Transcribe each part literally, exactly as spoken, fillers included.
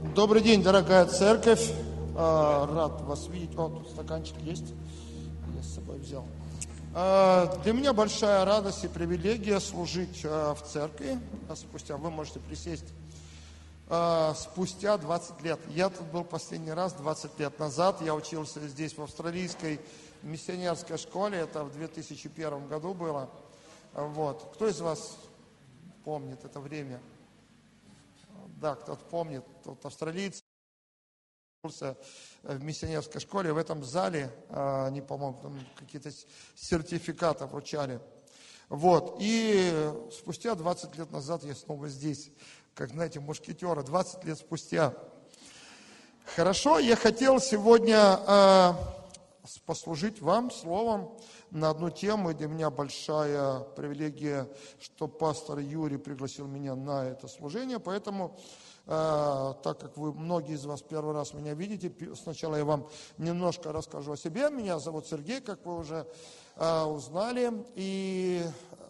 Добрый день, дорогая церковь. Рад вас видеть. О, тут стаканчик есть. Я с собой взял. Для меня большая радость и привилегия служить в церкви. Спустя, вы можете присесть, спустя двадцать лет. Я тут был последний раз двадцать лет назад. Я учился здесь, в австралийской миссионерской школе. Это в две тысячи первом году было. Вот. Кто из вас помнит это время? Да, кто-то помнит, тот австралиец в миссионерской школе, в этом зале, они, по-моему, там какие-то сертификаты вручали. Вот, и спустя двадцать лет назад я снова здесь, как, знаете, мушкетеры, двадцать лет спустя. Хорошо, я хотел сегодня э, послужить вам словом на одну тему, и для меня большая привилегия, что пастор Юрий пригласил меня на это служение, поэтому, э, так как вы, многие из вас первый раз меня видите, сначала я вам немножко расскажу о себе. Меня зовут Сергей, как вы уже э, узнали, и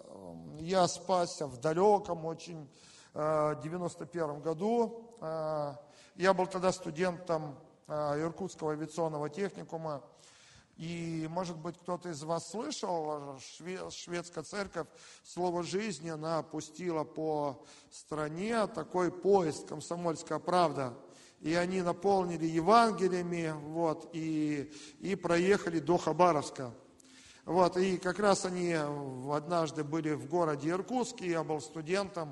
я спасся в далеком очень э, девяносто первом году. Э, я был тогда студентом э, Иркутского авиационного техникума. И, может быть, кто-то из вас слышал, шведская церковь «Слово жизни», она пустила по стране такой поезд «Комсомольская правда». И они наполнили Евангелиями, вот, и, и проехали до Хабаровска. Вот, и как раз они однажды были в городе Иркутске, я был студентом,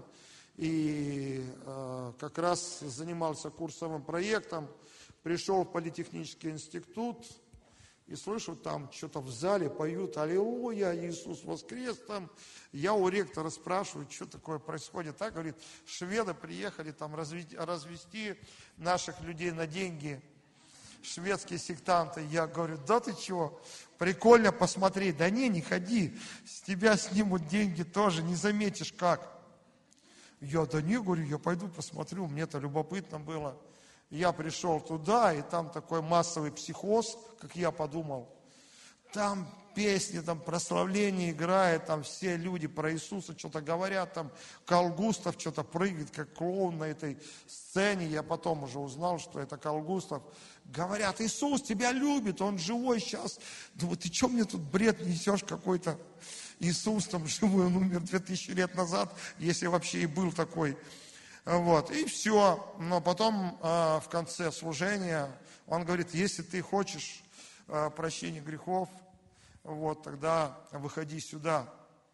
и э, как раз занимался курсовым проектом, пришел в политехнический институт, и слышу, там что-то в зале поют «Аллилуйя, Иисус воскрес». Там. Я у ректора спрашиваю, что такое происходит. Так, говорит, шведы приехали там развести, развести наших людей на деньги, шведские сектанты. Я говорю, да ты чего, прикольно посмотреть. Да не, не ходи, с тебя снимут деньги тоже, не заметишь как. Я, да не, говорю, я пойду посмотрю, мне это любопытно было. Я пришел туда, и там такой массовый психоз, как я подумал. Там песни, там прославление играет, там все люди про Иисуса что-то говорят, там Карл Густав что-то прыгает, как клоун на этой сцене. Я потом уже узнал, что это Карл Густав. Говорят, Иисус тебя любит, Он живой сейчас. Думаю, ты что мне тут бред несешь какой-то? Иисус там живой, Он умер две тысячи лет назад, если вообще и был такой. Вот, и все. Но потом э, в конце служения он говорит, если ты хочешь э, прощения грехов, вот, тогда выходи сюда.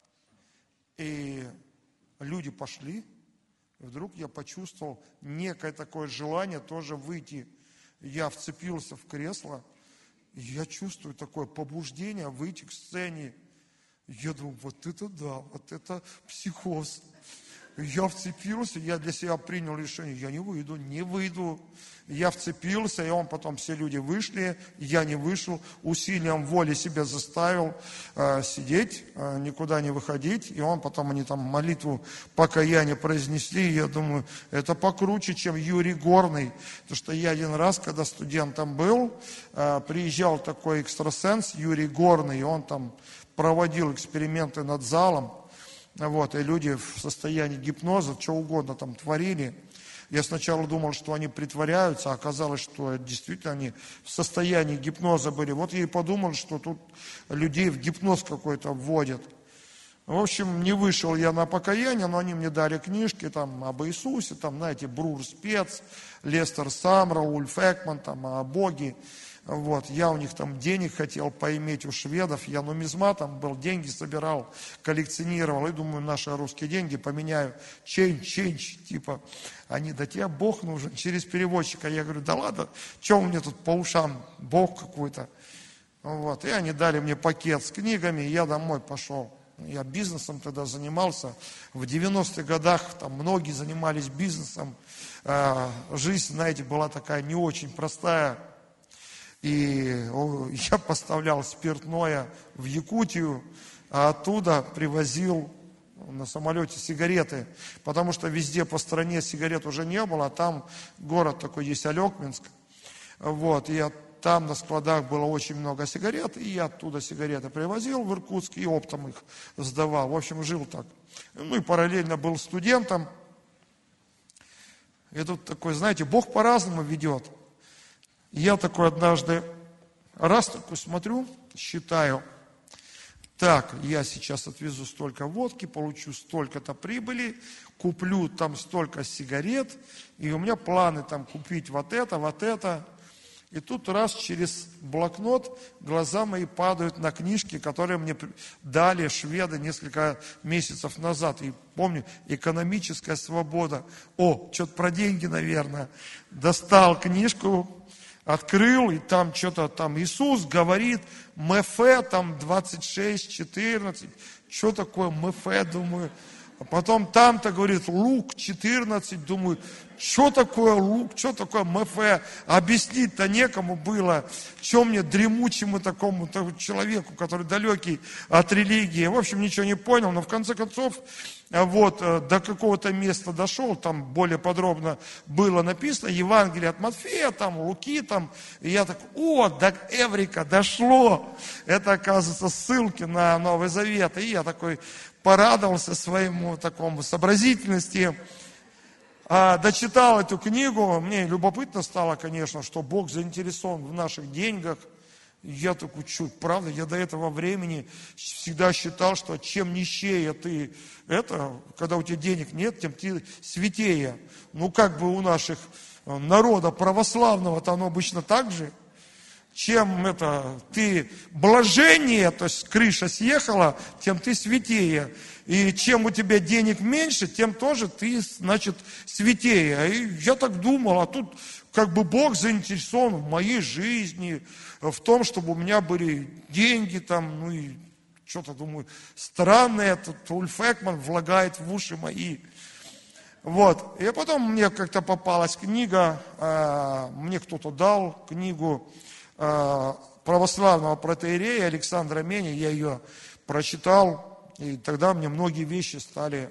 И люди пошли, и вдруг я почувствовал некое такое желание тоже выйти. Я вцепился в кресло, и я чувствую такое побуждение выйти к сцене. Я думаю, вот это да, вот это психоз. Я вцепился, я для себя принял решение, я не выйду, не выйду. Я вцепился, и он потом, все люди вышли, я не вышел, усилием воли себя заставил э, сидеть, э, никуда не выходить. И он потом, они там молитву покаяния произнесли, и я думаю, это покруче, чем Юрий Горный. Потому что я один раз, когда студентом был, э, приезжал такой экстрасенс Юрий Горный, и он там проводил эксперименты над залом. Вот, и люди в состоянии гипноза, что угодно там творили. Я сначала думал, что они притворяются, а оказалось, что действительно они в состоянии гипноза были. Вот я и подумал, что тут людей в гипноз какой-то вводят. В общем, не вышел я на покаяние, но они мне дали книжки там об Иисусе, там, знаете, Брур Спец, Лестер Самрал, Ульф Экман, там, о Боге. Вот, я у них там денег хотел поиметь у шведов, я нумизматом был, деньги собирал, коллекционировал, и думаю, наши русские деньги поменяю, ченч, ченч, типа, они, да тебе Бог нужен, через переводчика. Я говорю, да ладно, что у меня тут по ушам, Бог какой-то. Вот, и они дали мне пакет с книгами, и я домой пошел. Я бизнесом тогда занимался, в девяностых годах там многие занимались бизнесом, жизнь, знаете, была такая не очень простая. И я поставлял спиртное в Якутию, а оттуда привозил на самолете сигареты, потому что везде по стране сигарет уже не было, а там город такой есть, Алекминск. Вот, и я, там на складах было очень много сигарет, и я оттуда сигареты привозил в Иркутск и оптом их сдавал. В общем, жил так. Ну и параллельно был студентом. И тут такой, знаете, Бог по-разному ведет. Я такой однажды, раз такой смотрю, считаю, так, я сейчас отвезу столько водки, получу столько-то прибыли, куплю там столько сигарет, и у меня планы там купить вот это, вот это. И тут раз через блокнот глаза мои падают на книжки, которые мне дали шведы несколько месяцев назад. И помню, «Экономическая свобода». О, что-то про деньги, наверное. Достал книжку, открыл, и там что-то там Иисус говорит, МФ там двадцать шесть, четырнадцать. Что такое МФ, думаю. А потом там-то говорит Лук четырнадцать, думаю, что такое Лук, что такое МФ, объяснить-то некому было, что мне дремучему такому человеку, который далекий от религии, в общем, ничего не понял, но в конце концов, вот, до какого-то места дошел, там более подробно было написано, Евангелие от Матфея, там, Луки, там, и я так, о, до Эврика дошло, это, оказывается, ссылки на Новый Завет, и я такой порадовался своему такому сообразительности, а, дочитал эту книгу, мне любопытно стало, конечно, что Бог заинтересован в наших деньгах. Я такой, что, правда, я до этого времени всегда считал, что чем нищее ты, это, когда у тебя денег нет, тем ты святее. Ну, как бы у наших народа православного-то оно обычно так же. Чем это, ты блаженнее, то есть крыша съехала, тем ты святее. И чем у тебя денег меньше, тем тоже ты, значит, святее. И я так думал, а тут как бы Бог заинтересован в моей жизни, в том, чтобы у меня были деньги там, ну и что-то думаю, странно этот Ульф Экман влагает в уши мои. Вот, и потом мне как-то попалась книга, мне кто-то дал книгу православного протоиерея Александра Мени, я ее прочитал, и тогда мне многие вещи стали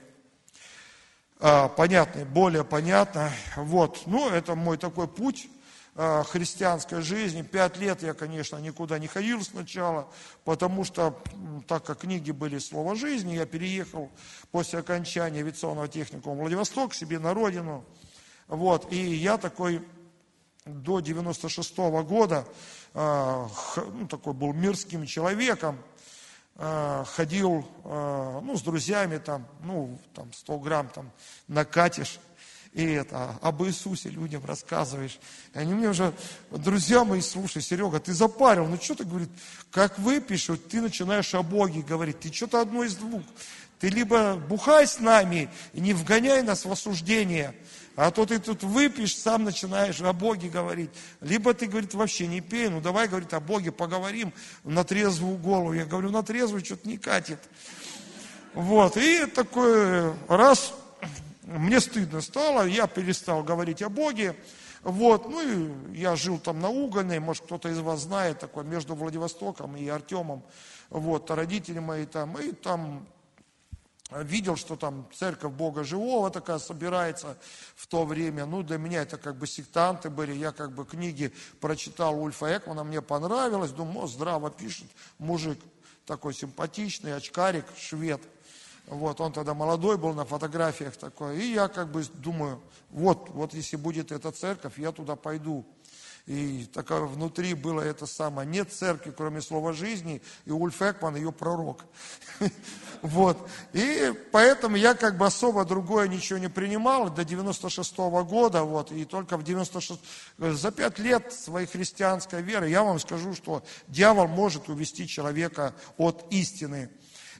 а, понятны, более понятно. Вот, ну, это мой такой путь а, христианской жизни. Пять лет я, конечно, никуда не ходил сначала, потому что, так как книги были «Слово жизни», я переехал после окончания авиационного техникума в Владивосток, себе на родину. Вот, и я такой до девяносто шестого года, а, х, ну, такой был мирским человеком, ходил, ну, с друзьями, там, ну, там, сто грамм, там, накатишь, и это, об Иисусе людям рассказываешь. И они мне уже, друзья мои, слушай, Серега, ты запарил, ну, что ты, говорит, как выпьешь, вот ты начинаешь о Боге говорить, ты что-то одно из двух. Ты либо бухай с нами и не вгоняй нас в осуждение, а то ты тут выпьешь, сам начинаешь о Боге говорить. Либо ты, говорит, вообще не пей, ну давай, говорит, о Боге поговорим на трезвую голову. Я говорю, на трезвую что-то не катит. Вот, и такой раз, мне стыдно стало, я перестал говорить о Боге. Вот, ну и я жил там на Угольной, может кто-то из вас знает, такой между Владивостоком и Артемом. Вот, родители мои там, и там... Видел, что там церковь Бога Живого такая собирается в то время. Ну, для меня это как бы сектанты были. Я как бы книги прочитал Ульфа Экмана, мне понравилось. Думаю, о, здраво пишет мужик, такой симпатичный, очкарик, швед. Вот, он тогда молодой был на фотографиях такой. И я как бы думаю, вот, вот если будет эта церковь, я туда пойду. И такое внутри было это самое. Нет церкви, кроме слова жизни, и Ульф Экман ее пророк. Вот. И поэтому я как бы особо другое ничего не принимал до девяносто шестого года. Вот. И только в девяносто шестом, за пять лет своей христианской веры я вам скажу, что дьявол может увести человека от истины.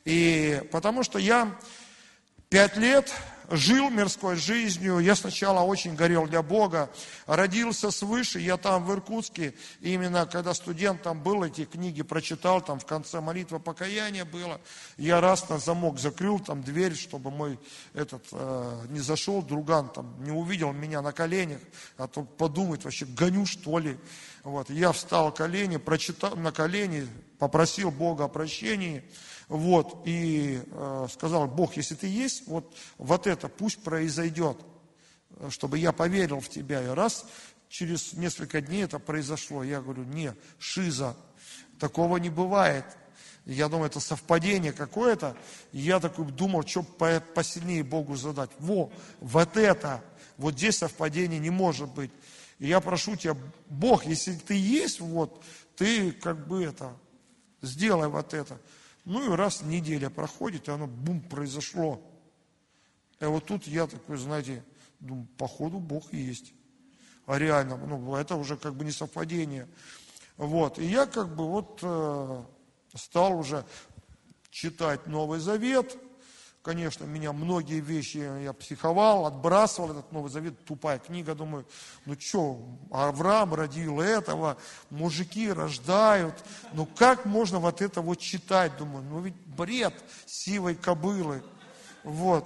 И потому что я пять лет жил мирской жизнью, я сначала очень горел для Бога, родился свыше, я там в Иркутске, именно когда студент там был, эти книги прочитал, там в конце молитва покаяния было, я раз на замок закрыл там дверь, чтобы мой этот э, не зашел, друган там не увидел меня на коленях, а то подумает, вообще гоню что ли. Вот, я встал на колени, прочитал на колени, попросил Бога о прощении. Вот, и э, сказал, Бог, если ты есть, вот, вот это пусть произойдет, чтобы я поверил в тебя. И раз через несколько дней это произошло, я говорю, не, шиза, такого не бывает. Я думаю, это совпадение какое-то. И я такой думал, что посильнее Богу задать. Во, вот это, Вот здесь совпадения не может быть. И я прошу тебя, Бог, если ты есть, вот, ты как бы это, сделай вот это. Ну и раз неделя проходит, и оно, бум, произошло. И вот тут я такой, знаете, думаю, походу Бог есть. А реально, ну, это уже как бы не совпадение. Вот, и я как бы вот э, стал уже читать Новый Завет. Конечно, меня многие вещи, я психовал, отбрасывал этот Новый Завет, тупая книга, думаю, ну что, Авраам родил этого, мужики рождают, ну как можно вот это вот читать, думаю, ну ведь бред сивой кобылы, вот.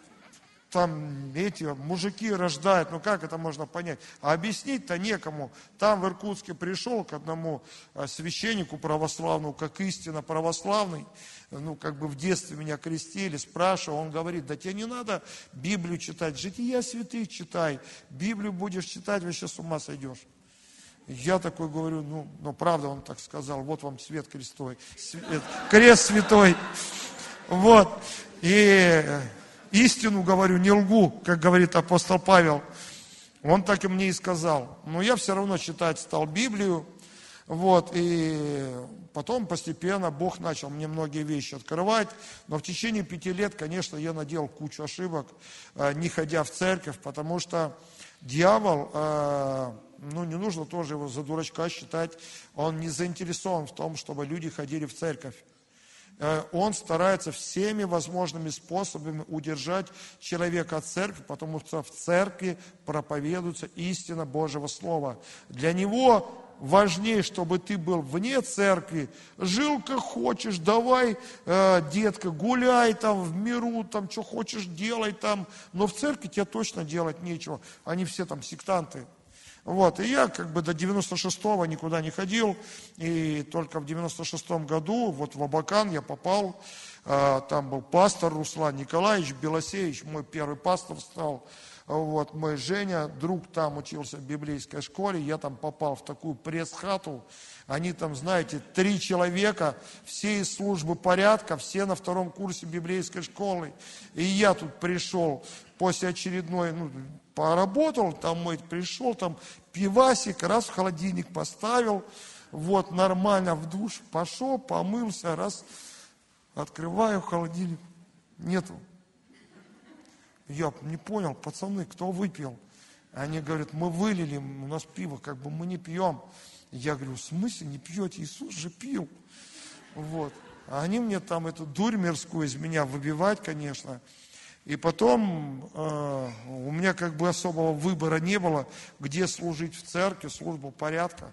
Там эти мужики рождают, ну как это можно понять? А объяснить-то некому. Там в Иркутске пришел к одному священнику православному, как истинно православный, ну как бы в детстве меня крестили, спрашивал, он говорит, да тебе не надо Библию читать, жития святых читай, Библию будешь читать, вообще с ума сойдешь. Я такой говорю, ну, ну правда он так сказал, вот вам свет крестой, свет, крест святой, вот, и... Истину говорю, не лгу, как говорит апостол Павел. Он так и мне и сказал. Но я все равно читать стал Библию. Вот, и потом постепенно Бог начал мне многие вещи открывать. Но в течение пяти лет, конечно, я наделал кучу ошибок, не ходя в церковь, потому что дьявол, ну не нужно тоже его за дурачка считать, он не заинтересован в том, чтобы люди ходили в церковь. Он старается всеми возможными способами удержать человека от церкви, потому что в церкви проповедуется истина Божьего Слова. Для него важнее, чтобы ты был вне церкви, жил как хочешь, давай, э, детка, гуляй там в миру, там что хочешь делай там, но в церкви тебе точно делать нечего, они все там сектанты. Вот, и я как бы до девяносто шестого никуда не ходил, и только в девяносто шестом году вот в Абакан я попал, э, там был пастор Руслан Николаевич Белосеевич, мой первый пастор стал, вот, мой Женя, друг там учился в библейской школе, я там попал в такую пресс-хату, они там, знаете, три человека, все из службы порядка, все на втором курсе библейской школы, и я тут пришел после очередной, ну, поработал, там мой пришел, там пивасик, раз в холодильник поставил, вот, нормально в душ пошел, помылся, раз, открываю холодильник, нету. Я не понял, пацаны, кто выпил? Они говорят, мы вылили, у нас пиво, как бы мы не пьем. Я говорю, в смысле не пьете? Иисус же пил. Вот. А они мне там эту дурь мирскую из меня выбивать, конечно. И потом э, у меня как бы особого выбора не было, где служить в церкви, службу порядка.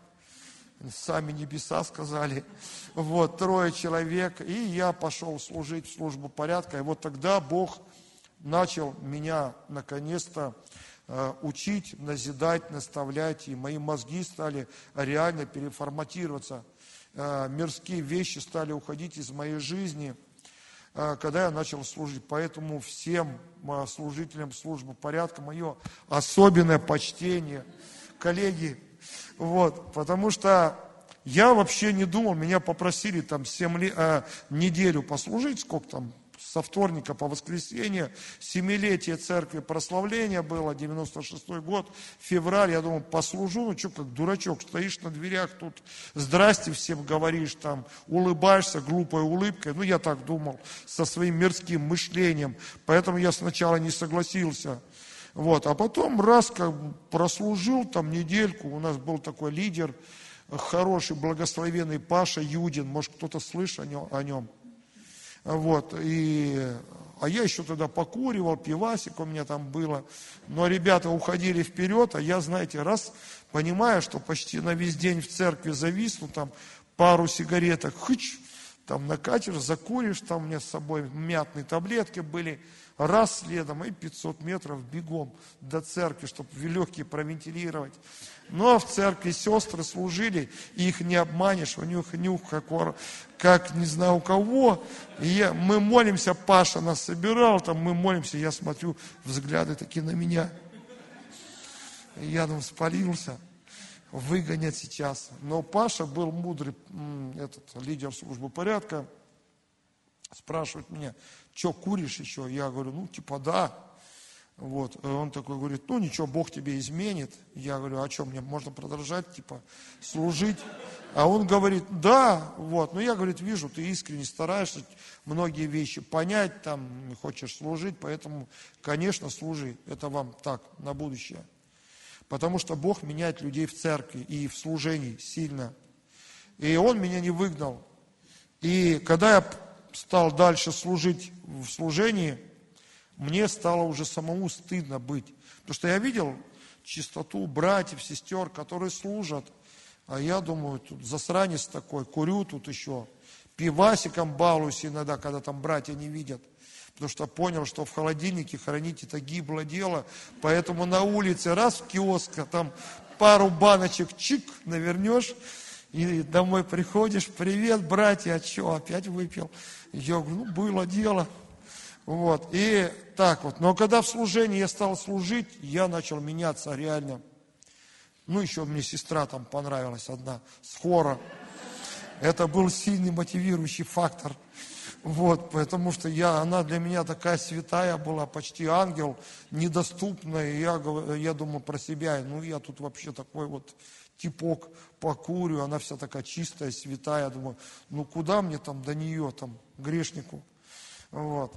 Сами небеса сказали. Вот, трое человек. И я пошел служить в службу порядка. И вот тогда Бог начал меня наконец-то э, учить, назидать, наставлять. И мои мозги стали реально переформатироваться. Э, мирские вещи стали уходить из моей жизни, когда я начал служить. Поэтому всем служителям службы порядка мое особенное почтение, коллеги, вот, потому что я вообще не думал, меня попросили там семь лет, а, неделю послужить, сколько там, со вторника по воскресенье, семилетие церкви прославления было, девяносто шестой год, февраль, я думал, послужу, ну что, как дурачок, стоишь на дверях, тут здрасте всем говоришь, там, улыбаешься глупой улыбкой, ну я так думал, со своим мирским мышлением, поэтому я сначала не согласился, вот, а потом раз, как прослужил там недельку, у нас был такой лидер, хороший, благословенный Паша Юдин, может кто-то слышал о нем. Вот, и, а я еще тогда покуривал, пивасик у меня там было, но ребята уходили вперед, а я, знаете, раз, понимаю, что почти на весь день в церкви зависну, там пару сигареток, хыч, там накатишь, закуришь, там у меня с собой мятные таблетки были, раз следом и пятьсот метров бегом до церкви, чтобы легкие провентилировать. Но в церкви сестры служили, и их не обманешь, у них нюх, как, как не знаю у кого. И я, мы молимся, Паша нас собирал, там мы молимся, я смотрю, взгляды такие на меня. И я там спалился, выгонят сейчас. Но Паша был мудрый, этот лидер службы порядка, спрашивает меня, что, куришь еще? Я говорю, ну, типа, да. Вот, и он такой говорит, ну ничего, Бог тебе изменит. Я говорю, а что, мне можно продолжать, типа, служить? А он говорит, да, вот, ну я, говорит, вижу, ты искренне стараешься многие вещи понять, там, хочешь служить, поэтому, конечно, служи, это вам так, на будущее. Потому что Бог меняет людей в церкви и в служении сильно. И он меня не выгнал. И когда я стал дальше служить в служении, мне стало уже самому стыдно быть. Потому что я видел чистоту братьев, сестер, которые служат. А я думаю, тут засранец такой, курю тут еще. Пивасиком балуюсь иногда, когда там братья не видят. Потому что понял, что в холодильнике хранить это гиблое дело. Поэтому на улице раз в киоск, а там пару баночек чик навернешь. И домой приходишь, привет, братья, а что, опять выпил? Я говорю, ну, было дело. Вот, и так вот. Но когда в служении я стал служить, я начал меняться реально. Ну, еще мне сестра там понравилась одна, с хора. Это был сильный мотивирующий фактор. Вот, потому что я, она для меня такая святая была, почти ангел, недоступная. И я, я думаю про себя, ну, я тут вообще такой вот типок покурю, она вся такая чистая, святая. Думаю, ну, куда мне там до нее, там, грешнику? Вот.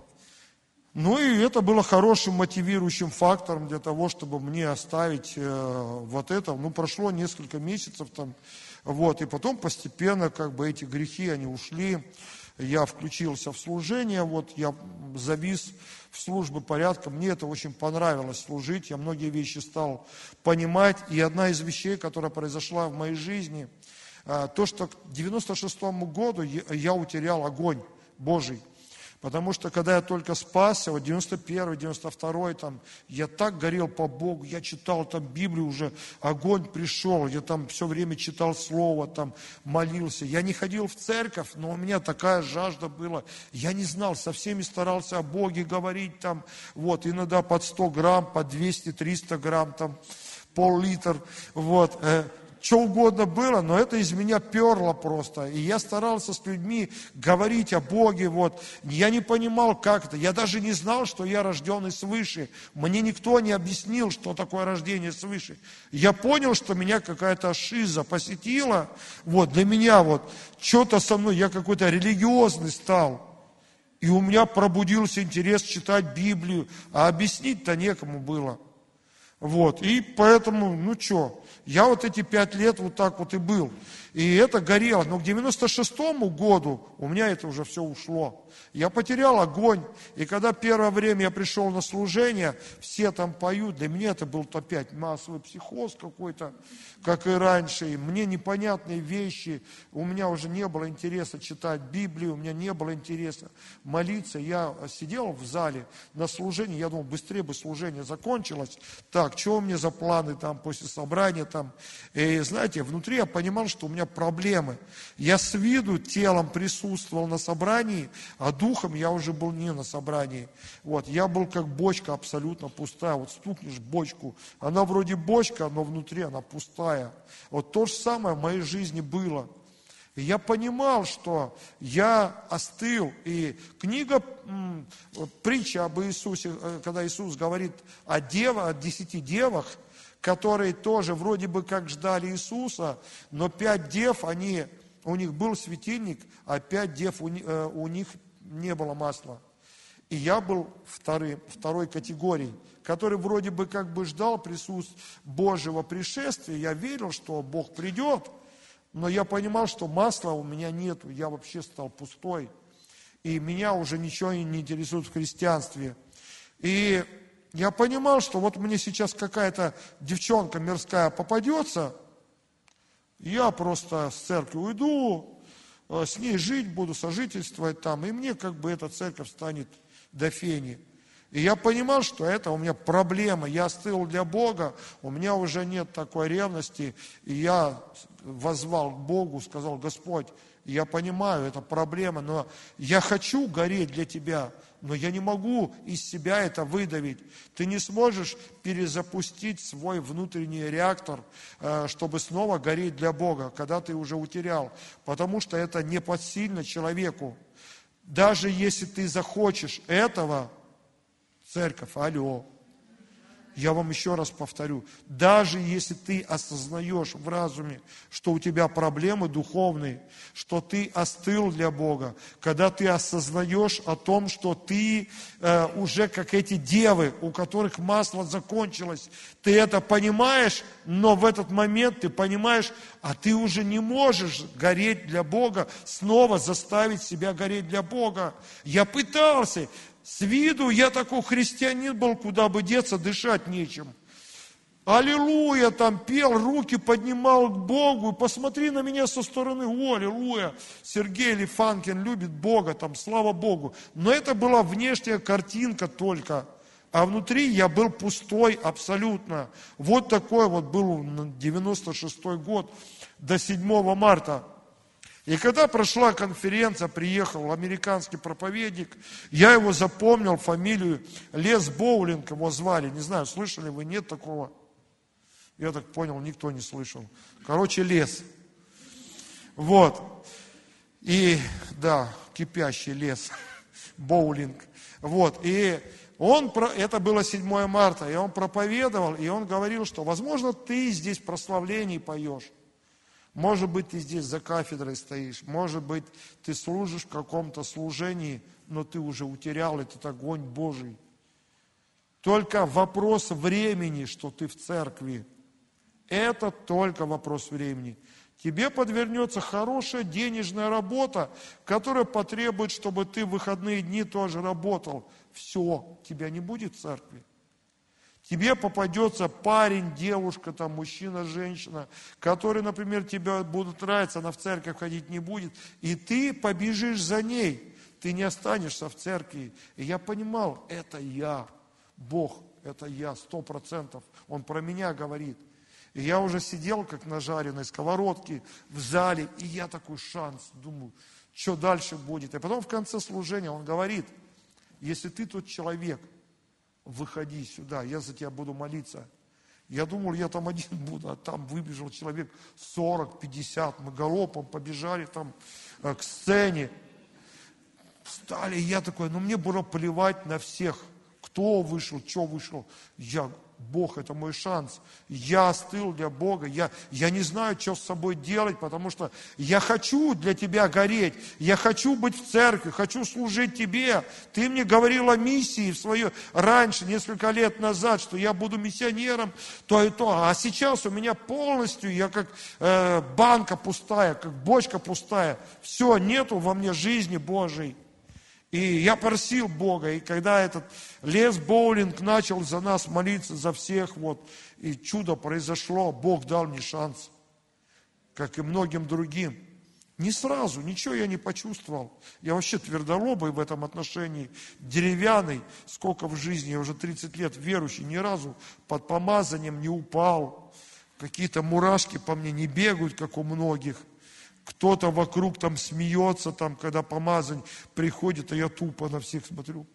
Ну и это было хорошим мотивирующим фактором для того, чтобы мне оставить э, вот это. Ну, прошло несколько месяцев там, вот, и потом постепенно как бы эти грехи, они ушли. Я включился в служение, вот, я завис в службы порядка. Мне это очень понравилось служить, я многие вещи стал понимать. И одна из вещей, которая произошла в моей жизни, э, то, что к девяносто шестому году я, я утерял огонь Божий. Потому что, когда я только спасся, вот девяносто первый, девяносто второй, там, я так горел по Богу, я читал там Библию, уже огонь пришел, я там все время читал Слово, там, молился. Я не ходил в церковь, но у меня такая жажда была. Я не знал, со всеми старался о Боге говорить, там, вот, иногда под сто грамм, под двести-триста грамм, там, пол-литр, вот, что угодно было, но это из меня перло просто. И я старался с людьми говорить о Боге. Вот. Я не понимал, как это. Я даже не знал, что я рожденный свыше. Мне никто не объяснил, что такое рождение свыше. Я понял, что меня какая-то шиза посетила. Вот, для меня вот что-то со мной, я какой-то религиозный стал. И у меня пробудился интерес читать Библию. А объяснить-то некому было. Вот, и поэтому, ну что, я вот эти пять лет вот так вот и был. И это горело. Но к девяносто шестому году у меня это уже все ушло. Я потерял огонь. И когда первое время я пришел на служение, все там поют. Для меня это был опять массовый психоз какой-то, как и раньше. И мне непонятные вещи. У меня уже не было интереса читать Библию, у меня не было интереса молиться. Я сидел в зале на служении, я думал, быстрее бы служение закончилось. Так, что у меня за планы там после собрания там. И знаете, внутри я понимал, что у меня проблемы. Я с виду телом присутствовал на собрании, а духом я уже был не на собрании. Вот, я был как бочка абсолютно пустая. Вот стукнешь в бочку, она вроде бочка, но внутри она пустая. Вот то же самое в моей жизни было. И я понимал, что я остыл. И книга, м, притча об Иисусе, когда Иисус говорит о девах, о десяти девах, которые тоже вроде бы как ждали Иисуса, но пять дев, они, у них был светильник, а пять дев у, у них не было масла. И я был второй, второй категории, который вроде бы как бы ждал присутствия Божьего пришествия. Я верил, что Бог придет, но я понимал, что масла у меня нету, я вообще стал пустой. И меня уже ничего не интересует в христианстве. И я понимал, что вот мне сейчас какая-то девчонка мирская попадется, я просто с церкви уйду, с ней жить буду, сожительствовать там, и мне как бы эта церковь станет до фени. И я понимал, что это у меня проблема, я остыл для Бога, у меня уже нет такой ревности, и я воззвал к Богу, сказал: Господь, я понимаю, это проблема, но я хочу гореть для Тебя, но я не могу из себя это выдавить. Ты не сможешь перезапустить свой внутренний реактор, чтобы снова гореть для Бога, когда ты уже утерял, потому что это непосильно человеку. Даже если ты захочешь этого, церковь, алло, Я вам еще раз повторю, даже если ты осознаешь в разуме, что у тебя проблемы духовные, что ты остыл для Бога, когда ты осознаешь о том, что ты э, уже как эти девы, у которых масло закончилось, ты это понимаешь, но в этот момент ты понимаешь, а ты уже не можешь гореть для Бога, снова заставить себя гореть для Бога. Я пытался. С виду я такой христианин был, куда бы деться, дышать нечем. Аллилуйя, там пел, руки поднимал к Богу. Посмотри на меня со стороны, о, аллилуйя. Сергей Лифанкин любит Бога, там, слава Богу. Но это была внешняя картинка только. А внутри я был пустой абсолютно. Вот такой вот был девяносто шестой год до седьмого марта. И когда прошла конференция, приехал американский проповедник, я его запомнил, фамилию Лес Боулинг его звали. Не знаю, слышали вы, нет такого? Я так понял, никто не слышал. Короче, Лес. Вот. И, да, кипящий лес. Боулинг. Вот. И он, это было седьмое марта, и он проповедовал, и он говорил, что, возможно, ты здесь в прославлении поешь. Может быть, ты здесь за кафедрой стоишь, может быть, ты служишь в каком-то служении, но ты уже утерял этот огонь Божий. Только вопрос времени, что ты в церкви. Это только вопрос времени. Тебе подвернется хорошая денежная работа, которая потребует, чтобы ты в выходные дни тоже работал. Все, тебя не будет в церкви. Тебе попадется парень, девушка, там, мужчина, женщина, которые, например, тебе будут нравиться, она в церковь ходить не будет, и ты побежишь за ней, ты не останешься в церкви. И я понимал, это я, Бог, это я, сто процентов, Он про меня говорит. И я уже сидел, как на жареной сковородке в зале, и я такой шанс, думаю, что дальше будет. И потом в конце служения Он говорит, если ты тот человек, выходи сюда, я за тебя буду молиться. Я думал, я там один буду, а там выбежал человек сорок, пятьдесят, мы галопом побежали там к сцене. Встали, и я такой, ну мне было плевать на всех, кто вышел, что вышел. Я, Бог, это мой шанс. Я остыл для Бога. Я, я не знаю, что с собой делать, потому что я хочу для Тебя гореть. Я хочу быть в церкви, хочу служить Тебе. Ты мне говорил о миссии в свое раньше, несколько лет назад, что я буду миссионером, то и то. А сейчас у меня полностью, я как э, банка пустая, как бочка пустая. Все, нету во мне жизни Божией. И я просил Бога, и когда этот Лес Боулинг начал за нас молиться, за всех, вот, и чудо произошло, Бог дал мне шанс, как и многим другим. Не сразу, ничего я не почувствовал. Я вообще твердолобый в этом отношении, деревянный, сколько в жизни, я уже тридцать лет верующий, ни разу под помазанием не упал. Какие-то мурашки по мне не бегают, как у многих. Кто-то вокруг там смеется, там, когда помазань приходит, а я тупо на всех смотрю.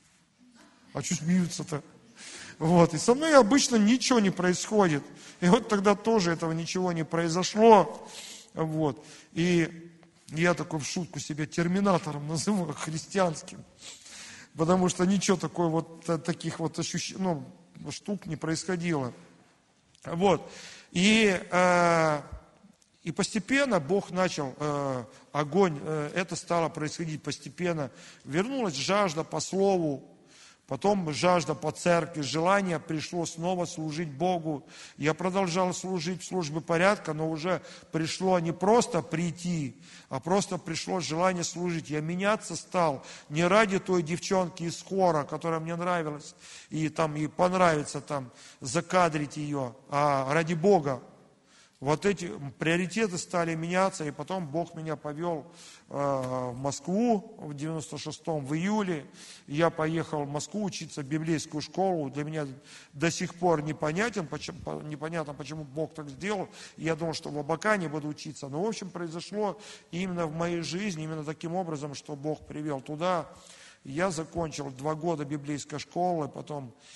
А что смеются-то? Вот. И со мной обычно ничего не происходит. И вот тогда тоже этого ничего не произошло. Вот. И я такой в шутку себя терминатором называю, христианским. Потому что ничего такой вот, таких вот ощущений, ну, штук не происходило. Вот. И... Э, И постепенно Бог начал, э, огонь, э, это стало происходить постепенно. Вернулась жажда по слову, потом жажда по церкви, желание пришло снова служить Богу. Я продолжал служить в службе порядка, но уже пришло не просто прийти, а просто пришло желание служить. Я меняться стал не ради той девчонки из хора, которая мне нравилась, и там ей понравится там закадрить ее, а ради Бога. Вот эти приоритеты стали меняться, и потом Бог меня повел э, в Москву в девяносто шестом, в июле. Я поехал в Москву учиться в библейскую школу. Для меня до сих пор непонятен, почему, непонятно, почему Бог так сделал. Я думал, что в Абакане буду учиться. Но, в общем, произошло именно в моей жизни, именно таким образом, что Бог привел туда. Я закончил два года библейской школы, потом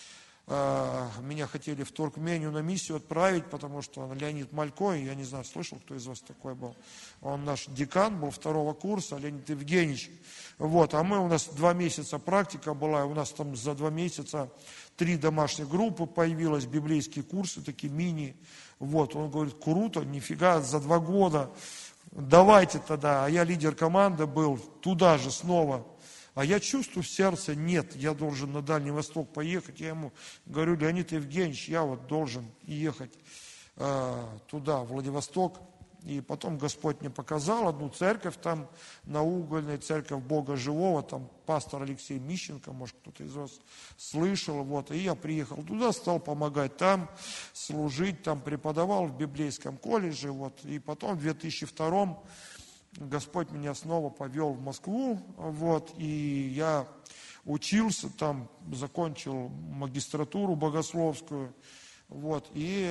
Меня хотели в Туркмению на миссию отправить, потому что Леонид Малько, я не знаю, слышал, кто из вас такой был, он наш декан был второго курса, Леонид Евгеньевич. Вот, а мы, у нас два месяца практика была, у нас там за два месяца три домашних группы появилось, библейские курсы, такие мини. Вот, он говорит, круто, нифига, за два года, давайте тогда, а я лидер команды был, туда же снова. А я чувствую в сердце, нет, я должен на Дальний Восток поехать. Я ему говорю, Леонид Евгеньевич, я вот должен ехать э, туда, в Владивосток. И потом Господь мне показал одну церковь там, на Угольной, церковь Бога Живого, там пастор Алексей Мищенко, может кто-то из вас слышал. Вот. И я приехал туда, стал помогать там, служить, там преподавал в библейском колледже. Вот. И потом в две тысячи втором Господь меня снова повел в Москву, вот, и я учился там, закончил магистратуру богословскую, вот, и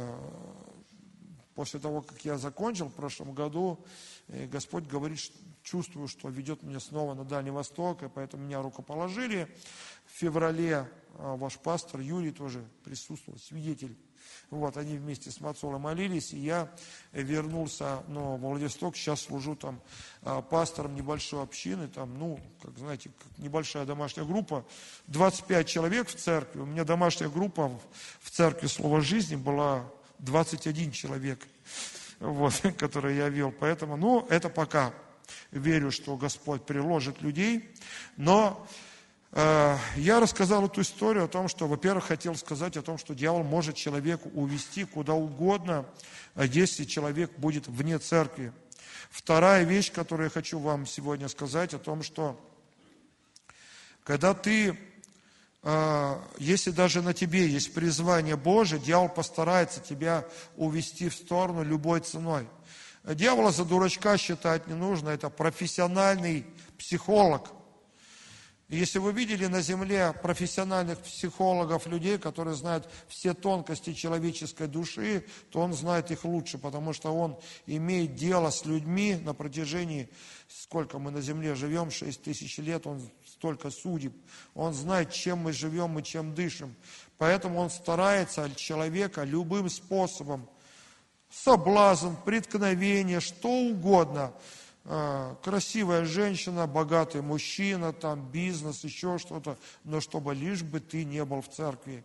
после того, как я закончил в прошлом году, Господь говорит, чувствую, что ведет меня снова на Дальний Восток, и поэтому меня рукоположили. В феврале ваш пастор Юрий тоже присутствовал, свидетель. Вот, они вместе с Мацолой молились, и я вернулся, ну, в Владивосток, сейчас служу там пастором небольшой общины, там, ну, как знаете, как небольшая домашняя группа, двадцать пять человек в церкви, у меня домашняя группа в церкви Слово Жизни была двадцать один человек, вот, который я вел, поэтому, ну, это пока верю, что Господь приложит людей, но я рассказал эту историю о том, что, во-первых, хотел сказать о том, что дьявол может человеку увести куда угодно, если человек будет вне церкви. Вторая вещь, которую я хочу вам сегодня сказать, о том, что когда ты, если даже на тебе есть призвание Божие, дьявол постарается тебя увести в сторону любой ценой. Дьявола за дурачка считать не нужно, это профессиональный психолог. Если вы видели на земле профессиональных психологов, людей, которые знают все тонкости человеческой души, то он знает их лучше, потому что он имеет дело с людьми на протяжении, сколько мы на земле живем, шесть тысяч лет, он столько судеб. Он знает, чем мы живем и чем дышим. Поэтому он старается от человека любым способом, соблазн, преткновение, что угодно, красивая женщина, богатый мужчина, там бизнес, еще что-то, но чтобы лишь бы ты не был в церкви.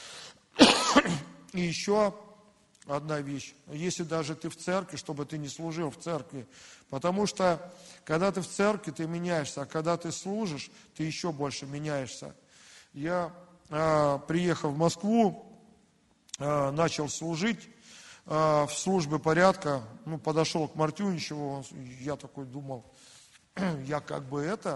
И еще одна вещь, если даже ты в церкви, чтобы ты не служил в церкви, потому что когда ты в церкви, ты меняешься, а когда ты служишь, ты еще больше меняешься. Я, приехав в Москву, начал служить в службе порядка, ну, подошел к Мартюничеву, я такой думал, я как бы это,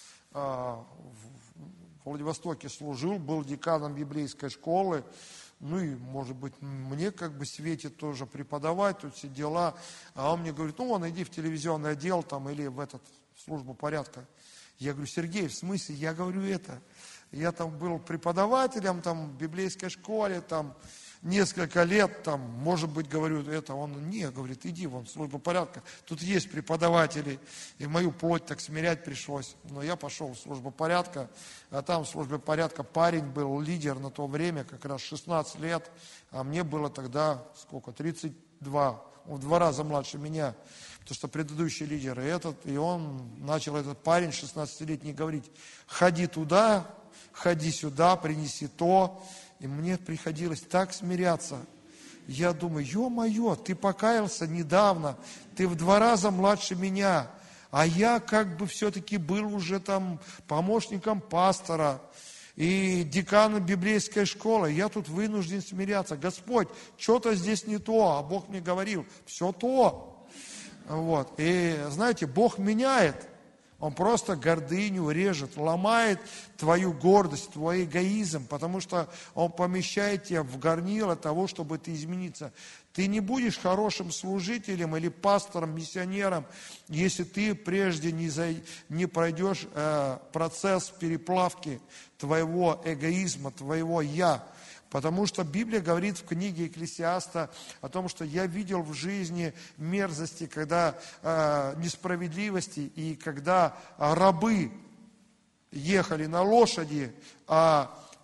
в Владивостоке служил, был деканом библейской школы, ну и, может быть, мне как бы светит тоже преподавать, тут все дела, а он мне говорит, ну, вон, иди в телевизионный отдел там или в этот, в службу порядка. Я говорю, Сергей, в смысле, я говорю это, я там был преподавателем там в библейской школе, там, несколько лет, там, может быть, говорю это, он, не, говорит, иди вон, служба порядка, тут есть преподаватели, и мою плоть так смирять пришлось, но я пошел в службу порядка, а там в службе порядка парень был лидер на то время, как раз шестнадцать лет, а мне было тогда, сколько, тридцать два, он в два раза младше меня, потому что предыдущий лидер, и этот, и он начал, этот парень шестнадцатилетний говорить, ходи туда, ходи сюда, принеси то. И мне приходилось так смиряться. Я думаю, ё-моё, ты покаялся недавно, ты в два раза младше меня, а я как бы все-таки был уже там помощником пастора и деканом библейской школы. Я тут вынужден смиряться. Господь, что-то здесь не то, а Бог мне говорил, все то. Вот. И знаете, Бог меняет. Он просто гордыню режет, ломает твою гордость, твой эгоизм, потому что он помещает тебя в горнило того, чтобы ты измениться. Ты не будешь хорошим служителем или пастором, миссионером, если ты прежде не, за, не пройдешь э, процесс переплавки твоего эгоизма, твоего «я». Потому что Библия говорит в книге Екклесиаста о том, что я видел в жизни мерзости, когда э, несправедливости, и когда рабы ехали на лошади, а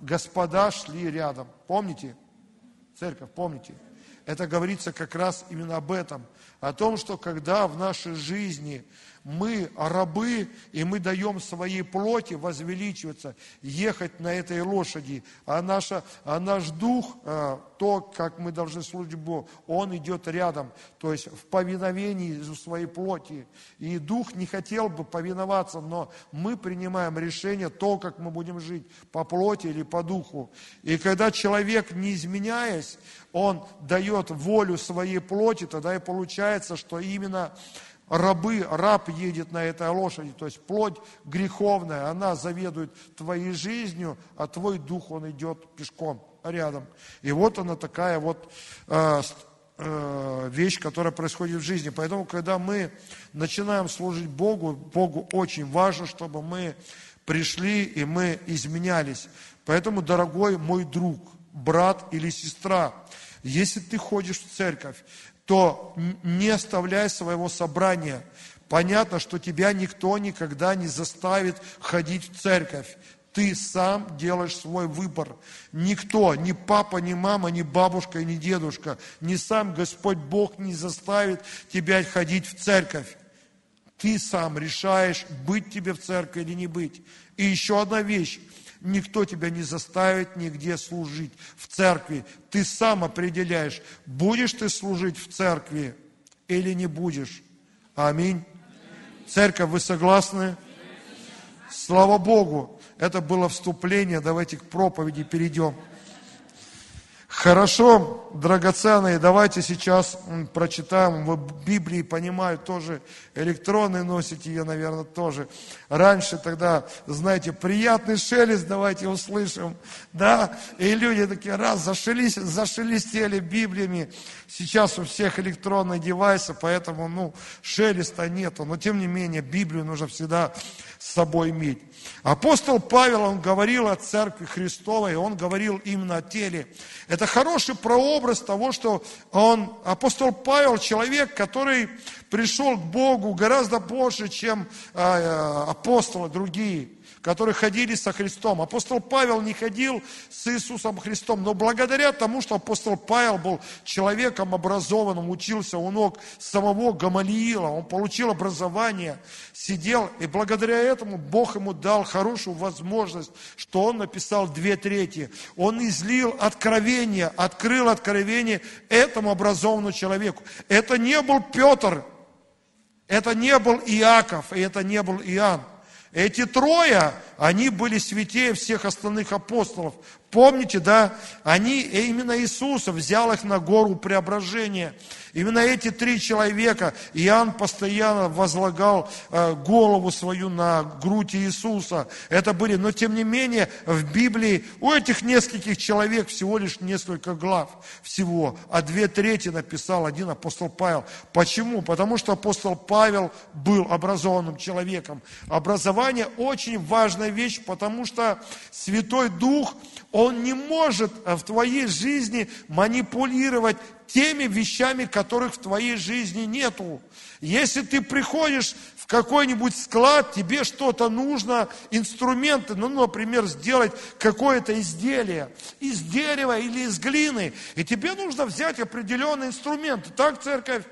господа шли рядом. Помните? Церковь, помните? Это говорится как раз именно об этом. О том, что когда в нашей жизни мы рабы, и мы даем своей плоти возвеличиваться, ехать на этой лошади, а, наша, а наш дух, то, как мы должны служить Богу, он идет рядом, то есть в повиновении своей плоти. И дух не хотел бы повиноваться, но мы принимаем решение, то, как мы будем жить, по плоти или по духу. И когда человек, не изменяясь, он дает волю своей плоти, тогда и получается, что именно рабы, раб едет на этой лошади, то есть плоть греховная, она заведует твоей жизнью, а твой дух, он идет пешком рядом. И вот она такая вот э, э, вещь, которая происходит в жизни. Поэтому, когда мы начинаем служить Богу, Богу очень важно, чтобы мы пришли и мы изменялись. Поэтому, дорогой мой друг, брат или сестра, если ты ходишь в церковь, то не оставляй своего собрания. Понятно, что тебя никто никогда не заставит ходить в церковь. Ты сам делаешь свой выбор. Никто, ни папа, ни мама, ни бабушка, ни дедушка, ни сам Господь Бог не заставит тебя ходить в церковь. Ты сам решаешь, быть тебе в церкви или не быть. И еще одна вещь. Никто тебя не заставит нигде служить в церкви. Ты сам определяешь, будешь ты служить в церкви или не будешь. Аминь. Церковь, вы согласны? Слава Богу. Это было вступление. Давайте к проповеди перейдем. Хорошо, драгоценные, давайте сейчас прочитаем. Вы в Библии, понимаю, тоже электронные носите ее, наверное, тоже. Раньше тогда, знаете, приятный шелест давайте услышим, да, и люди такие раз зашелест, зашелестели Библиями. Сейчас у всех электронные девайсы, поэтому, ну, шелеста нету, но тем не менее Библию нужно всегда с собой иметь. Апостол Павел, он говорил о церкви Христовой, он говорил именно о теле. Это хороший прообраз того, что он, апостол Павел, человек, который пришел к Богу гораздо больше, чем э, апостолы другие, которые ходили со Христом. Апостол Павел не ходил с Иисусом Христом, но благодаря тому, что апостол Павел был человеком образованным, учился у ног самого Гамалиила, он получил образование, сидел, и благодаря этому Бог ему дал хорошую возможность, что он написал две трети. Он излил откровение, открыл откровение этому образованному человеку. Это не был Петр, это не был Иаков, и это не был Иоанн. Эти трое, они были святее всех остальных апостолов. Помните, да? Они, именно Иисус взял их на гору преображения. Именно эти три человека, Иоанн постоянно возлагал э, голову свою на грудь Иисуса. Это были, но тем не менее, в Библии у этих нескольких человек всего лишь несколько глав всего, а две трети написал один апостол Павел. Почему? Потому что апостол Павел был образованным человеком. Образование очень важная вещь, потому что Святой Дух, Он не может в твоей жизни манипулировать теми вещами, которых в твоей жизни нету. Если ты приходишь в какой-нибудь склад, тебе что-то нужно, инструменты, ну, например, сделать какое-то изделие из дерева или из глины, и тебе нужно взять определенные инструменты. Так, церковь?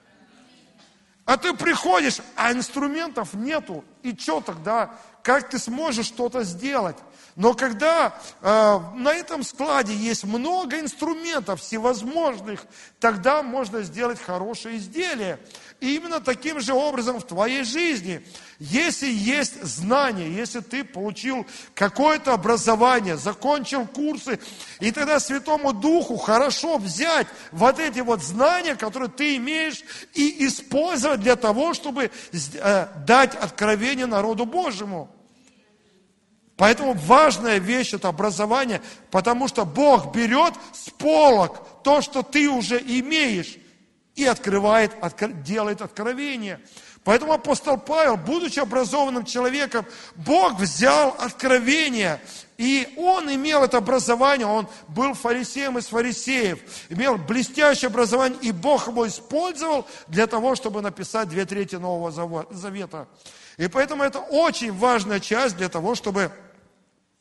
А ты приходишь, а инструментов нету. И что тогда? Как ты сможешь что-то сделать? Но когда э, на этом складе есть много инструментов всевозможных, тогда можно сделать хорошее изделие. И именно таким же образом в твоей жизни, если есть знания, если ты получил какое-то образование, закончил курсы, и тогда Святому Духу хорошо взять вот эти вот знания, которые ты имеешь, и использовать для того, чтобы э, дать откровение народу Божьему. Поэтому важная вещь – это образование, потому что Бог берет с полок то, что ты уже имеешь, и открывает, делает откровение. Поэтому апостол Павел, будучи образованным человеком, Бог взял откровение, и он имел это образование, он был фарисеем из фарисеев, имел блестящее образование, и Бог его использовал для того, чтобы написать две трети Нового Завета. И поэтому это очень важная часть для того, чтобы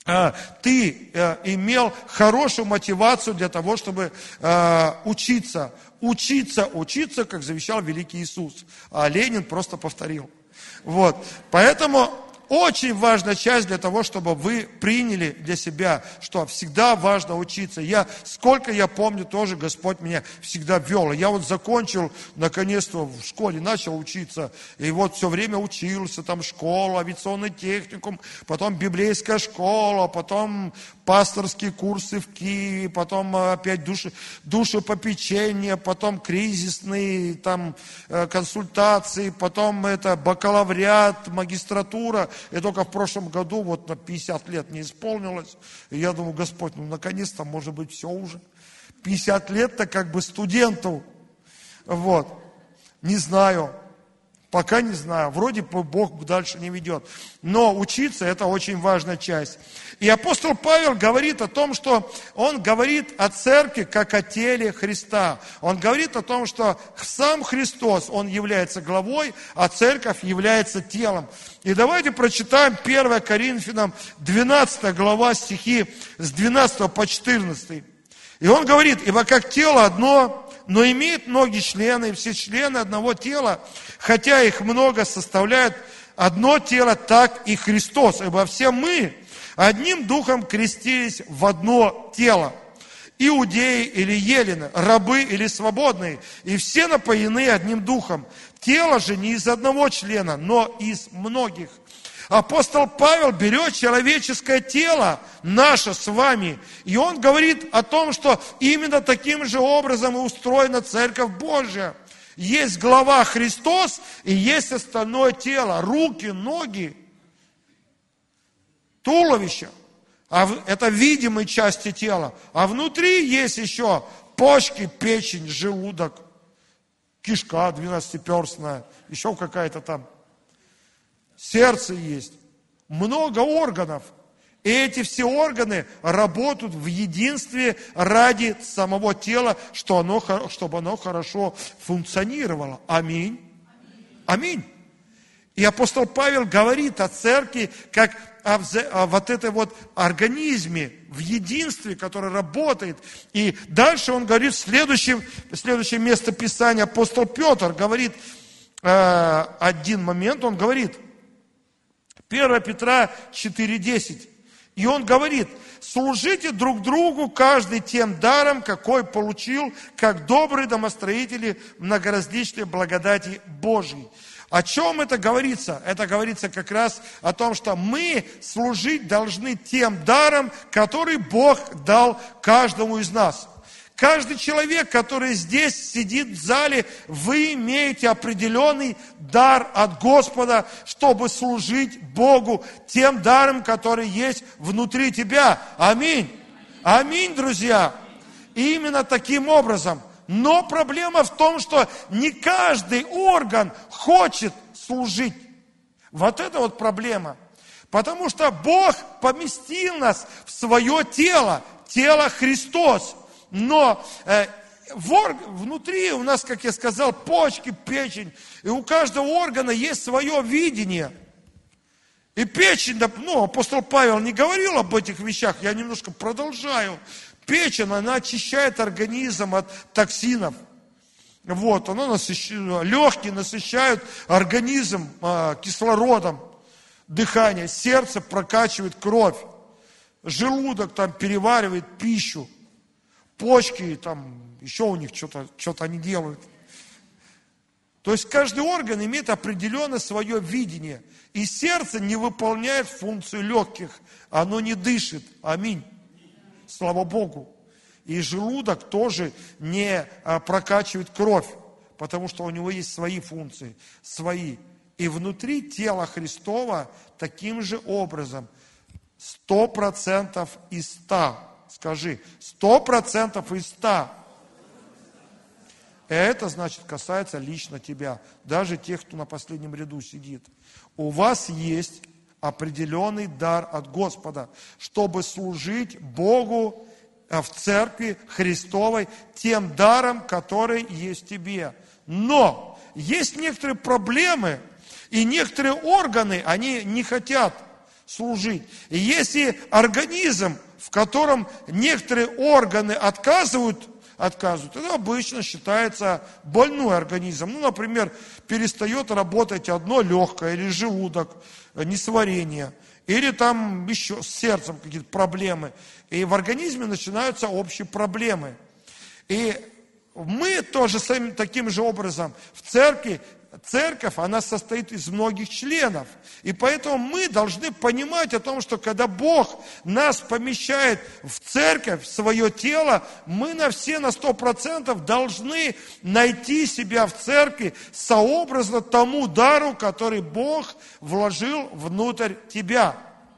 ты имел хорошую мотивацию для того, чтобы учиться. Учиться, учиться, как завещал великий Иисус. А Ленин просто повторил. Вот. Поэтому очень важная часть для того, чтобы вы приняли для себя, что всегда важно учиться. Я, сколько я помню, тоже Господь меня всегда вел. Я вот закончил, наконец-то, в школе, начал учиться. И вот все время учился, там школа, авиационный техникум, потом библейская школа, потом пасторские курсы в Киеве, потом опять души, душепопечение, потом кризисные там, консультации, потом это бакалавриат, магистратура. И только в прошлом году, вот на пятьдесят лет не исполнилось. И я думаю, Господь, ну наконец-то, может быть, все уже. пятьдесят лет-то как бы студенту. Вот. Не знаю. Пока не знаю. Вроде бы Бог дальше не ведет. Но учиться – это очень важная часть. И апостол Павел говорит о том, что он говорит о церкви как о теле Христа. Он говорит о том, что сам Христос, он является главой, а церковь является телом. И давайте прочитаем первое Коринфянам двенадцатая глава, стихи с двенадцатого по четырнадцатый. И он говорит: ибо как тело одно, но имеет многие члены, и все члены одного тела, хотя их много, составляют одно тело, так и Христос. Ибо все мы одним духом крестились в одно тело. Иудеи или елены, рабы или свободные, и все напоены одним духом. Тело же не из одного члена, но из многих. Апостол Павел берет человеческое тело, наше с вами, и он говорит о том, что именно таким же образом и устроена Церковь Божья. Есть глава Христос, и есть остальное тело, руки, ноги, туловище. А это видимые части тела. А внутри есть еще почки, печень, желудок, кишка двенадцатиперстная, еще какая-то там. Сердце есть. Много органов. И эти все органы работают в единстве ради самого тела, что оно, чтобы оно хорошо функционировало. Аминь. Аминь. И апостол Павел говорит о церкви как о, о вот этой вот организме в единстве, который работает. И дальше он говорит в следующем, в следующем месте Писания, апостол Петр говорит э, один момент, он говорит, первое Петра четыре десять. И он говорит: служите друг другу, каждый тем даром, какой получил, как добрые домостроители многоразличной благодати Божьей. О чем это говорится? Это говорится как раз о том, что мы служить должны тем даром, который Бог дал каждому из нас. Каждый человек, который здесь сидит в зале, вы имеете определенный дар от Господа, чтобы служить Богу тем даром, который есть внутри тебя. Аминь. Аминь, друзья. И именно таким образом. Но проблема в том, что не каждый орган хочет служить. Вот это вот проблема. Потому что Бог поместил нас в свое тело, тело Христос. Но э, в, внутри у нас, как я сказал, почки, печень. И у каждого органа есть свое видение. И печень, ну, апостол Павел не говорил об этих вещах, я немножко продолжаю. Печень, она очищает организм от токсинов. Вот, она насыщает, легкие насыщают организм э, кислородом, дыхание. Сердце прокачивает кровь. Желудок там переваривает пищу. Почки, там, еще у них что-то, что-то они делают. То есть каждый орган имеет определенное свое видение. И сердце не выполняет функцию легких. Оно не дышит. Аминь. Слава Богу. И желудок тоже не прокачивает кровь, потому что у него есть свои функции, свои. И внутри тела Христова таким же образом сто процентов из ста. Скажи, сто процентов из ста. Это, значит, касается лично тебя. Даже тех, кто на последнем ряду сидит. У вас есть определенный дар от Господа, чтобы служить Богу в церкви Христовой тем даром, который есть в тебе. Но есть некоторые проблемы, и некоторые органы, они не хотят служить. И если организм, в котором некоторые органы отказывают, отказывают, это обычно считается больной организм. Ну, например, перестает работать одно легкое или желудок, несварение, или там еще с сердцем какие-то проблемы. И в организме начинаются общие проблемы. И мы тоже самим таким же образом в церкви, церковь, она состоит из многих членов. И поэтому мы должны понимать о том, что когда Бог нас помещает в церковь, в свое тело, мы на все на сто процентов должны найти себя в церкви сообразно тому дару, который Бог вложил внутрь тебя.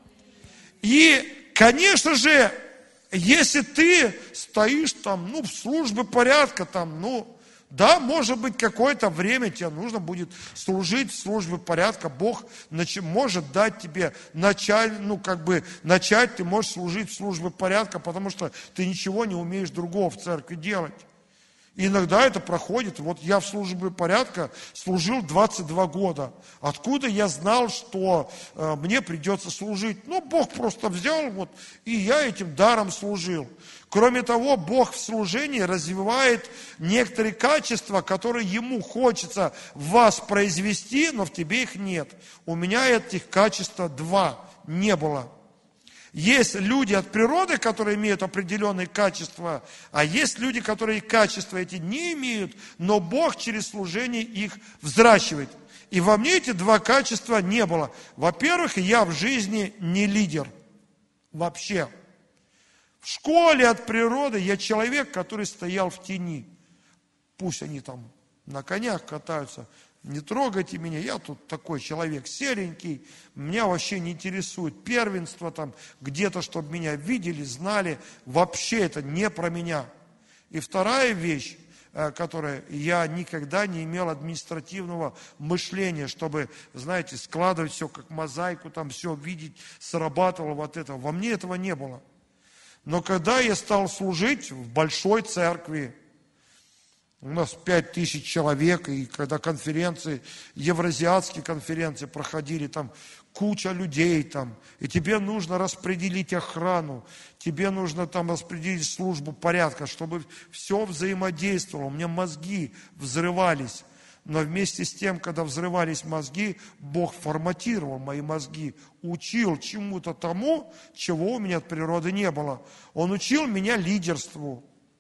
И, конечно же, если ты стоишь там, ну, в службе порядка, там, ну, да, может быть, какое-то время тебе нужно будет служить в службе порядка. Бог может дать тебе начать, ну, как бы, начать, ты можешь служить в службе порядка, потому что ты ничего не умеешь другого в церкви делать. И иногда это проходит. Вот я в службе порядка служил двадцать два года. Откуда я знал, что э, мне придется служить? Ну, Бог просто взял, вот, и я этим даром служил. Кроме того, Бог в служении развивает некоторые качества, которые Ему хочется в вас произвести, но в тебе их нет. У меня этих качеств два не было. Есть люди от природы, которые имеют определенные качества, а есть люди, которые качества эти не имеют, но Бог через служение их взращивает. И во мне эти два качества не было. Во-первых, я в жизни не лидер. Вообще. В школе от природы я человек, который стоял в тени. Пусть они там на конях катаются. Не трогайте меня, я тут такой человек серенький, меня вообще не интересует первенство там, где-то, чтобы меня видели, знали, вообще это не про меня. И вторая вещь, которая, я никогда не имел административного мышления, чтобы, знаете, складывать все как мозаику, там все видеть, срабатывало вот это. Во мне этого не было. Но когда я стал служить в большой церкви, у нас пять тысяч человек, и когда конференции, евразиатские конференции проходили, там куча людей там, и тебе нужно распределить охрану, тебе нужно там распределить службу порядка, чтобы все взаимодействовало. У меня мозги взрывались. Но вместе с тем, когда взрывались мозги, Бог форматировал мои мозги, учил чему-то тому, чего у меня от природы не было. Он учил меня лидерству.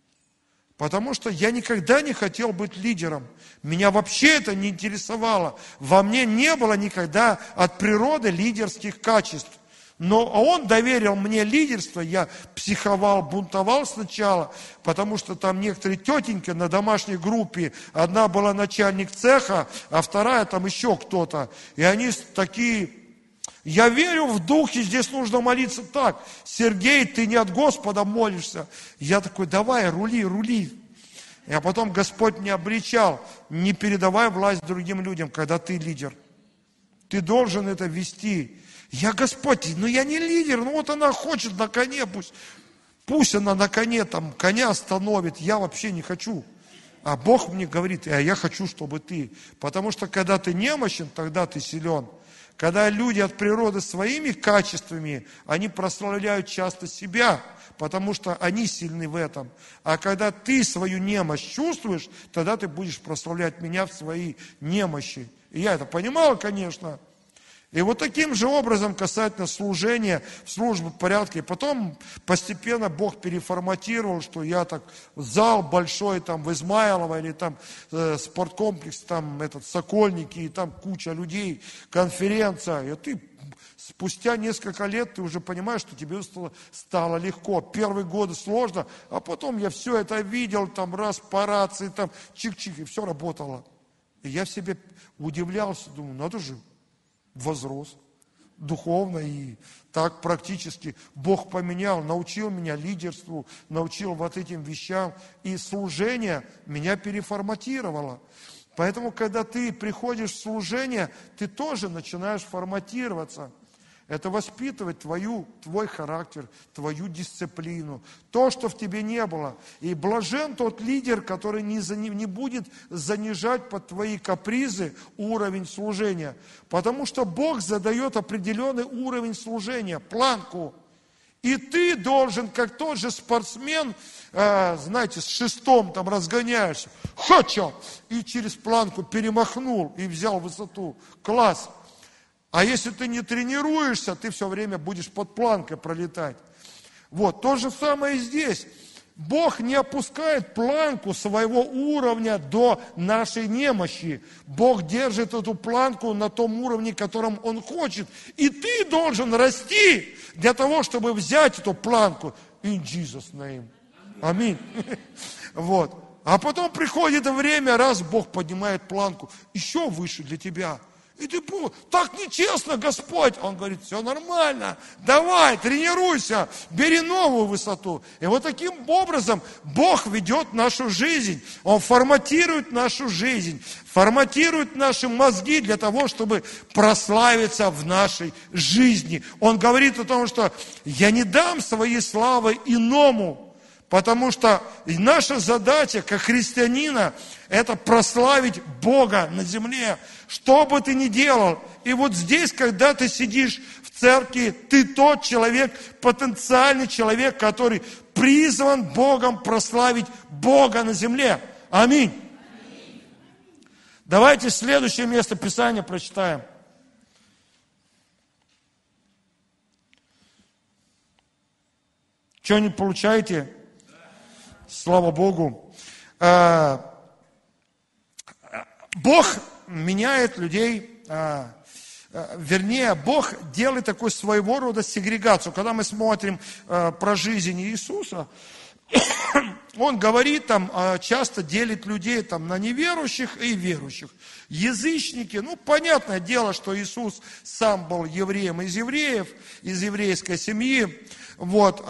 Потому что я никогда не хотел быть лидером. Меня вообще это не интересовало. Во мне не было никогда от природы лидерских качеств. Но он доверил мне лидерство, я психовал, бунтовал сначала, потому что там некоторые тетеньки на домашней группе, одна была начальник цеха, а вторая там еще кто-то. И они такие... Я верю в духе, здесь нужно молиться так. Сергей, ты не от Господа молишься. Я такой, давай, рули, рули. А потом Господь меня обличал, не передавай власть другим людям, когда ты лидер. Ты должен это вести. Я, Господь, ну я не лидер, ну вот она хочет на коне, пусть, пусть она на коне, там, коня остановит, я вообще не хочу. А Бог мне говорит, а я хочу, чтобы ты. Потому что когда ты немощен, тогда ты силен. Когда люди от природы своими качествами, они прославляют часто себя, потому что они сильны в этом. А когда ты свою немощь чувствуешь, тогда ты будешь прославлять меня в своей немощи. И я это понимал, конечно. И вот таким же образом касательно служения в службе порядка. И потом постепенно Бог переформатировал, что я так зал большой там в Измайлово или там э, спорткомплекс, там этот Сокольники, и там куча людей, конференция. И ты спустя несколько лет ты уже понимаешь, что тебе стало, стало легко. Первые годы сложно, а потом я все это видел, там раз по рации, там чик-чик, и все работало. И я в себе удивлялся, думаю, надо же. Возрос духовно, и так практически Бог поменял, научил меня лидерству, научил вот этим вещам, и служение меня переформатировало. Поэтому, когда ты приходишь в служение, ты тоже начинаешь форматироваться. Это воспитывать твою, твой характер, твою дисциплину, то, что в тебе не было. И блажен тот лидер, который не, зани, не будет занижать под твои капризы уровень служения. Потому что Бог задает определенный уровень служения, планку. И ты должен, как тот же спортсмен, э, знаете, с шестом там разгоняешься, хочу, и через планку перемахнул и взял высоту. Класс! А если ты не тренируешься, ты все время будешь под планкой пролетать. Вот, то же самое и здесь. Бог не опускает планку своего уровня до нашей немощи. Бог держит эту планку на том уровне, котором Он хочет. И ты должен расти для того, чтобы взять эту планку. In Jesus' name. Аминь. Вот. А потом приходит время, раз Бог поднимает планку, еще выше для тебя. И ты, так нечестно, Господь. Он говорит, все нормально, давай, тренируйся, бери новую высоту. И вот таким образом Бог ведет нашу жизнь. Он форматирует нашу жизнь, форматирует наши мозги для того, чтобы прославиться в нашей жизни. Он говорит о том, что я не дам своей славы иному. Потому что наша задача, как христианина, это прославить Бога на земле, что бы ты ни делал. И вот здесь, когда ты сидишь в церкви, ты тот человек, потенциальный человек, который призван Богом прославить Бога на земле. Аминь. Аминь. Давайте следующее место Писания прочитаем. Что не получаете? Слава Богу. Бог меняет людей, вернее, Бог делает такой своего рода сегрегацию. Когда мы смотрим про жизнь Иисуса, Он говорит, там, часто делит людей там, на неверующих и верующих. Язычники, ну, понятное дело, что Иисус сам был евреем из евреев, из еврейской семьи, вот,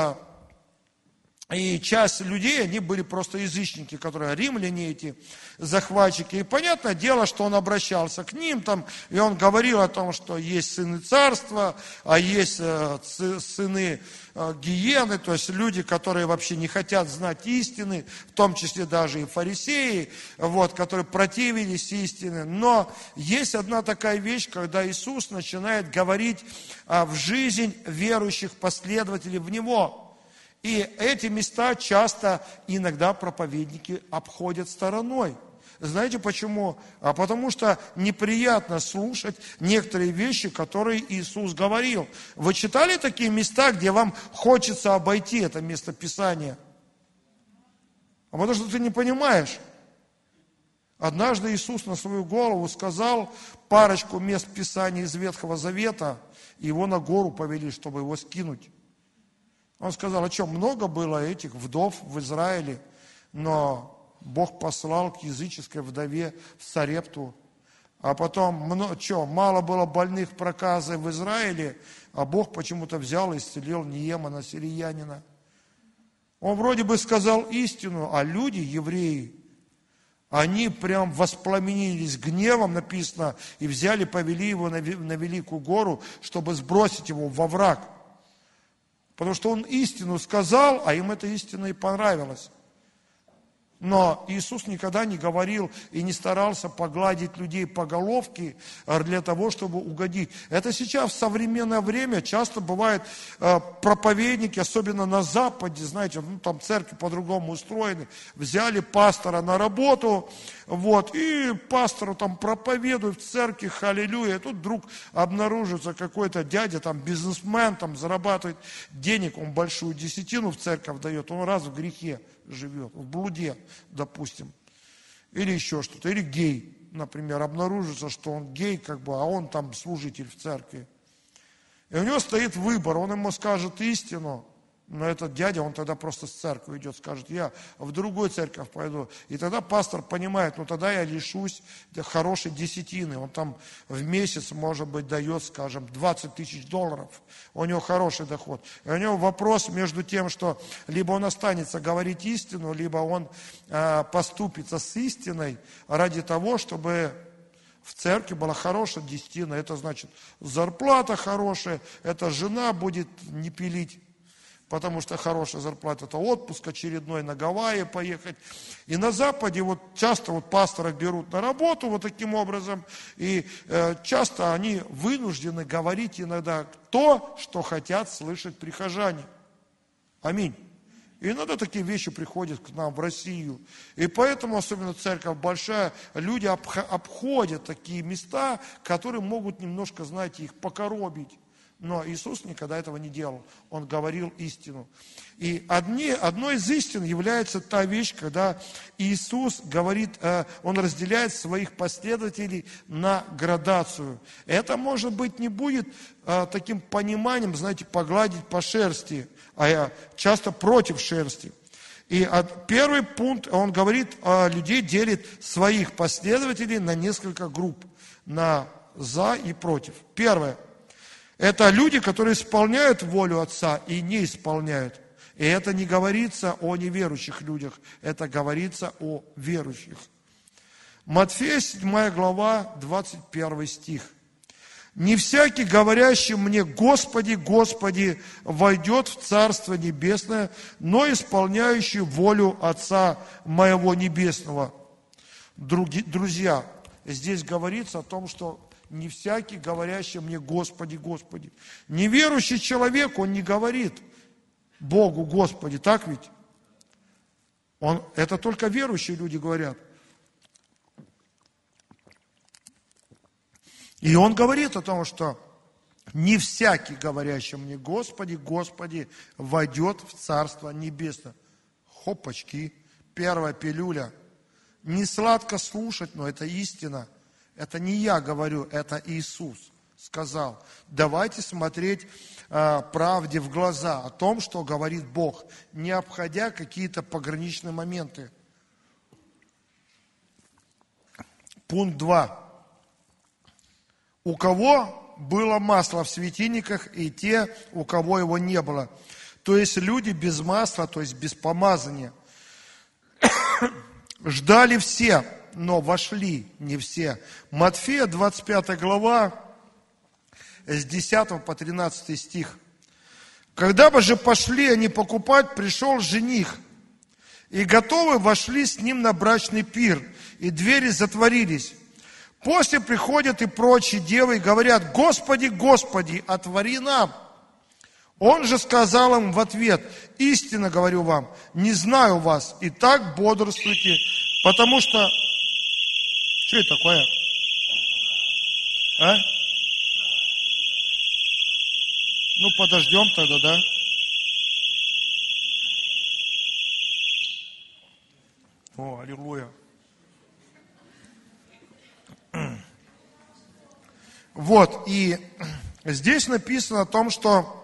и часть людей, они были просто язычники, которые римляне эти, захватчики. И понятное дело, что он обращался к ним, там, и он говорил о том, что есть сыны царства, а есть э, сыны э, гиены, то есть люди, которые вообще не хотят знать истины, в том числе даже и фарисеи, вот, которые противились истине. Но есть одна такая вещь, когда Иисус начинает говорить э, в жизнь верующих последователей в Него. И эти места часто иногда проповедники обходят стороной. Знаете почему? А потому что неприятно слушать некоторые вещи, которые Иисус говорил. Вы читали такие места, где вам хочется обойти это место Писания? А потому что ты не понимаешь. Однажды Иисус на свою голову сказал парочку мест Писания из Ветхого Завета, и его на гору повели, чтобы его скинуть. Он сказал, а что, много было этих вдов в Израиле, но Бог послал к языческой вдове в Сарепту. А потом, что, мало было больных проказой в Израиле, а Бог почему-то взял и исцелил Неемана, сириянина. Он вроде бы сказал истину, а люди, евреи, они прям воспламенились гневом, написано, и взяли, повели его на великую гору, чтобы сбросить его во враг. Потому что он истину сказал, а им эта истина и понравилась. Но Иисус никогда не говорил и не старался погладить людей по головке для того, чтобы угодить. Это сейчас в современное время часто бывает э, проповедники, особенно на Западе, знаете, ну, там церкви по-другому устроены, взяли пастора на работу, вот, и пастору там проповедуют в церкви, аллилуйя, и тут вдруг обнаружится какой-то дядя, там, бизнесмен, там, зарабатывает денег, он большую десятину в церковь дает, он раз в грехе живет, в блуде, допустим, или еще что-то, или гей, например, обнаружится, что он гей, как бы, а он там служитель в церкви. И у него стоит выбор, он ему скажет истину, но этот дядя, он тогда просто с церкви идет, скажет, я в другую церковь пойду. И тогда пастор понимает, ну тогда я лишусь хорошей десятины. Он там в месяц, может быть, дает, скажем, двадцать тысяч долларов. У него хороший доход. И у него вопрос между тем, что либо он останется говорить истину, либо он э, поступится с истиной ради того, чтобы в церкви была хорошая десятина. Это значит зарплата хорошая, это жена будет не пилить, потому что хорошая зарплата, это отпуск очередной, на Гавайи поехать. И на Западе вот часто вот пасторов берут на работу вот таким образом, и э, часто они вынуждены говорить иногда то, что хотят слышать прихожане. Аминь. И иногда такие вещи приходят к нам в Россию. И поэтому, особенно церковь большая, люди обходят такие места, которые могут немножко, знаете, их покоробить. Но Иисус никогда этого не делал. Он говорил истину. И одни, одной из истин является та вещь, когда Иисус говорит, Он разделяет своих последователей на градацию. Это, может быть, не будет таким пониманием, знаете, погладить по шерсти, а часто против шерсти. И первый пункт, он говорит, людей делит своих последователей на несколько групп, на за и против. Первое. Это люди, которые исполняют волю Отца и не исполняют. И это не говорится о неверующих людях, это говорится о верующих. Матфея седьмая глава, двадцать первый стих. «Не всякий, говорящий мне, Господи, Господи, войдет в Царство Небесное, но исполняющий волю Отца моего Небесного». Друзья, здесь говорится о том, что не всякий, говорящий мне, Господи, Господи. Неверующий человек, он не говорит Богу, Господи, так ведь? Он, это только верующие люди говорят. И он говорит о том, что не всякий, говорящий мне, Господи, Господи, войдет в Царство Небесное. Хопачки, первая пилюля. Не сладко слушать, но это истина. Это не я говорю, это Иисус сказал. Давайте смотреть э, правде в глаза о том, что говорит Бог, не обходя какие-то пограничные моменты. Пункт два. У кого было масло в светильниках, и те, у кого его не было. То есть люди без масла, то есть без помазания. Ждали все, но вошли не все. Матфея, двадцать пятая глава, с десятого по тринадцатый стих. Когда бы же пошли они покупать, пришел жених, и готовы вошли с ним на брачный пир, и двери затворились. После приходят и прочие девы и говорят: Господи, Господи, отвори нам. Он же сказал им в ответ: истинно говорю вам, не знаю вас, и так бодрствуйте, потому что... Что это такое? А? Ну, подождем тогда, да? О, аллилуйя. Вот, и здесь написано о том, что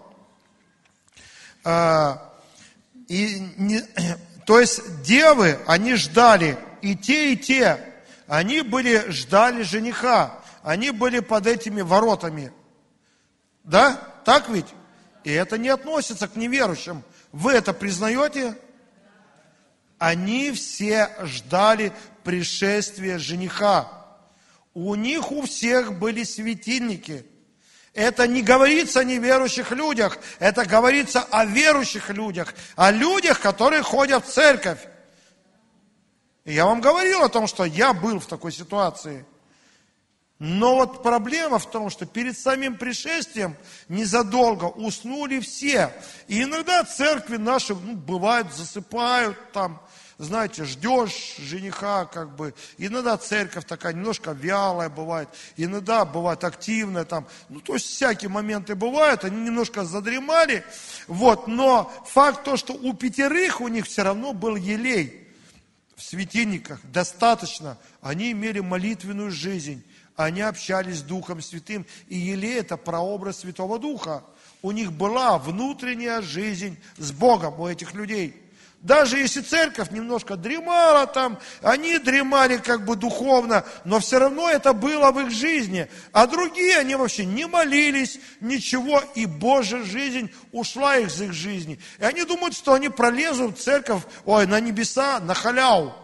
э, и не, то есть девы, они ждали, и те, и те, они были, ждали жениха, они были под этими воротами. Да? Так ведь? И это не относится к неверующим. Вы это признаете? Они все ждали пришествия жениха. У них у всех были светильники. Это не говорится о неверующих людях, это говорится о верующих людях, о людях, которые ходят в церковь. И я вам говорил о том, что я был в такой ситуации. Но вот проблема в том, что перед самим пришествием незадолго уснули все. И иногда церкви наши, ну, бывают, засыпают там. Знаете, ждешь жениха, как бы, иногда церковь такая немножко вялая бывает, иногда бывает активная там, ну, то есть всякие моменты бывают, они немножко задремали, вот, но факт то, что у пятерых у них все равно был елей в светильниках, достаточно, они имели молитвенную жизнь, они общались с Духом Святым, и елей это прообраз Святого Духа, у них была внутренняя жизнь с Богом у этих людей. Даже если церковь немножко дремала там, они дремали как бы духовно, но все равно это было в их жизни. А другие, они вообще не молились, ничего, и Божья жизнь ушла из их жизни. И они думают, что они пролезут в церковь, ой, на небеса, на халяву.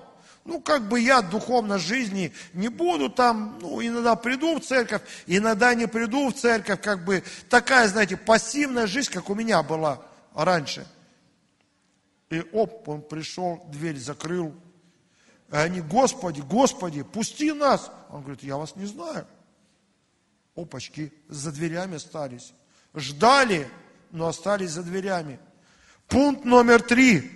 Ну, как бы я в духовной жизни не буду там, ну, иногда приду в церковь, иногда не приду в церковь, как бы такая, знаете, пассивная жизнь, как у меня была раньше. И оп, он пришел, дверь закрыл. И они, Господи, Господи, пусти нас. Он говорит, я вас не знаю. Опачки, за дверями остались. Ждали, но остались за дверями. Пункт номер три.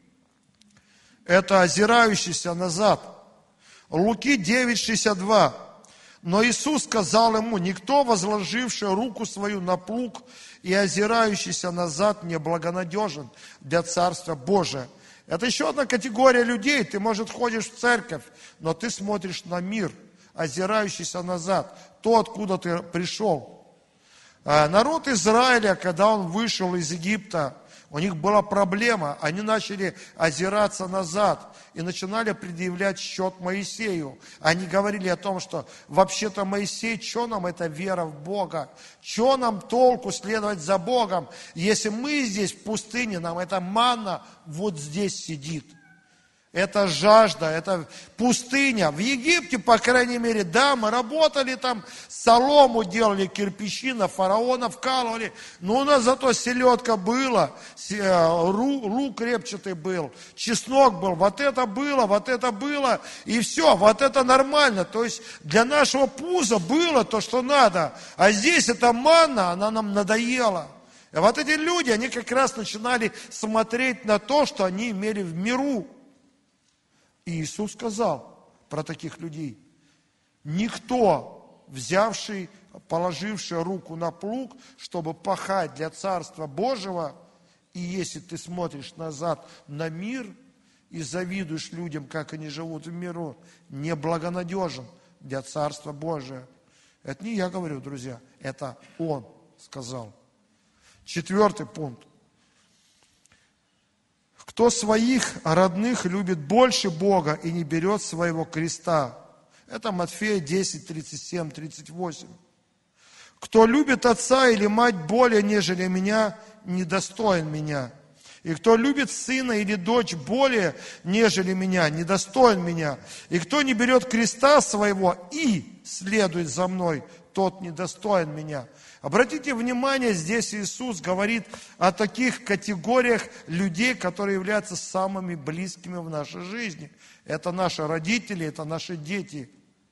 Это озирающийся назад. Луки девять шестьдесят два. Но Иисус сказал ему, никто, возложивший руку свою на плуг и озирающийся назад, не благонадежен для Царства Божия. Это еще одна категория людей. Ты, может, ходишь в церковь, но ты смотришь на мир, озирающийся назад, то, откуда ты пришел. Народ Израиля, когда он вышел из Египта, у них была проблема, они начали озираться назад и начинали предъявлять счет Моисею. Они говорили о том, что вообще-то Моисей, что нам эта вера в Бога? Что нам толку следовать за Богом, если мы здесь в пустыне, нам эта манна вот здесь сидит? Это жажда, это пустыня. В Египте, по крайней мере, да, мы работали там, солому делали, кирпичи на фараона вкалывали. Но у нас зато селедка была, лук репчатый был, чеснок был, вот это было, вот это было, и все, вот это нормально. То есть для нашего пуза было то, что надо. А здесь эта манна, она нам надоела. И вот эти люди, они как раз начинали смотреть на то, что они имели в миру. И Иисус сказал про таких людей, никто, взявший, положивший руку на плуг, чтобы пахать для Царства Божьего, и если ты смотришь назад на мир и завидуешь людям, как они живут в миру, неблагонадежен для Царства Божия. Это не я говорю, друзья, это Он сказал. Четвертый пункт. Кто своих родных любит больше Бога и не берет своего креста. Это Матфея десять, тридцать семь, тридцать восемь. Кто любит отца или мать более, нежели меня, недостоин меня. И кто любит сына или дочь более, нежели меня, недостоин меня. И кто не берет креста своего и следует за мной, тот недостоин меня. Обратите внимание, здесь Иисус говорит о таких категориях людей, которые являются самыми близкими в нашей жизни. Это наши родители, это наши дети.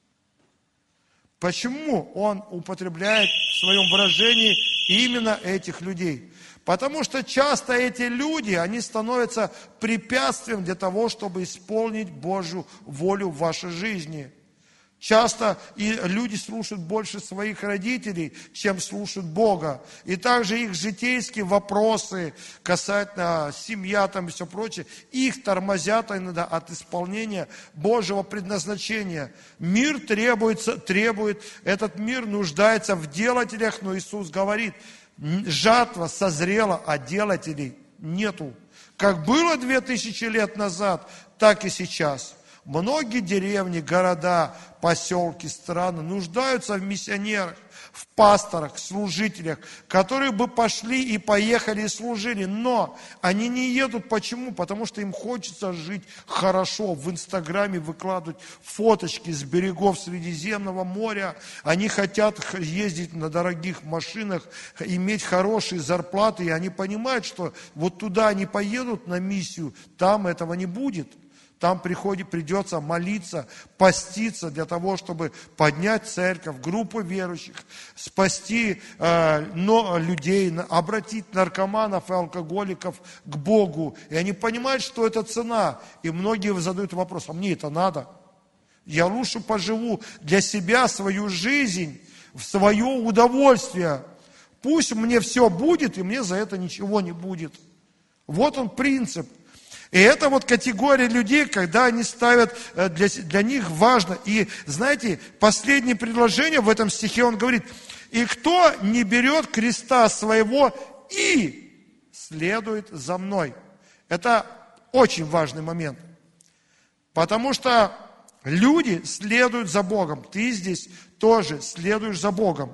Почему Он употребляет в своем выражении именно этих людей? Потому что часто эти люди, они становятся препятствием для того, чтобы исполнить Божью волю в вашей жизни. Часто и люди слушают больше своих родителей, чем слушают Бога. И также их житейские вопросы касательно семья там и все прочее, их тормозят иногда от исполнения Божьего предназначения. Мир требуется, требует, этот мир нуждается в делателях, но Иисус говорит, жатва созрела, а делателей нету. Как было две тысячи лет назад, так и сейчас. Многие деревни, города, поселки, страны нуждаются в миссионерах, в пасторах, служителях, которые бы пошли и поехали и служили. Но они не едут. Почему? Потому что им хочется жить хорошо, в Инстаграме выкладывать фоточки с берегов Средиземного моря. Они хотят ездить на дорогих машинах, иметь хорошие зарплаты. И они понимают, что вот туда они поедут на миссию, там этого не будет. Там приходит, придется молиться, поститься для того, чтобы поднять церковь, группу верующих, спасти э, но, людей, обратить наркоманов и алкоголиков к Богу. И они понимают, что это цена. И многие задают вопрос, а мне это надо? Я лучше поживу для себя свою жизнь, в свое удовольствие. Пусть мне все будет, и мне за это ничего не будет. Вот он принцип. И это вот категория людей, когда они ставят, для, для них важно. И знаете, последнее предложение в этом стихе, он говорит, и кто не берет креста своего и следует за мной. Это очень важный момент. Потому что люди следуют за Богом. Ты здесь тоже следуешь за Богом.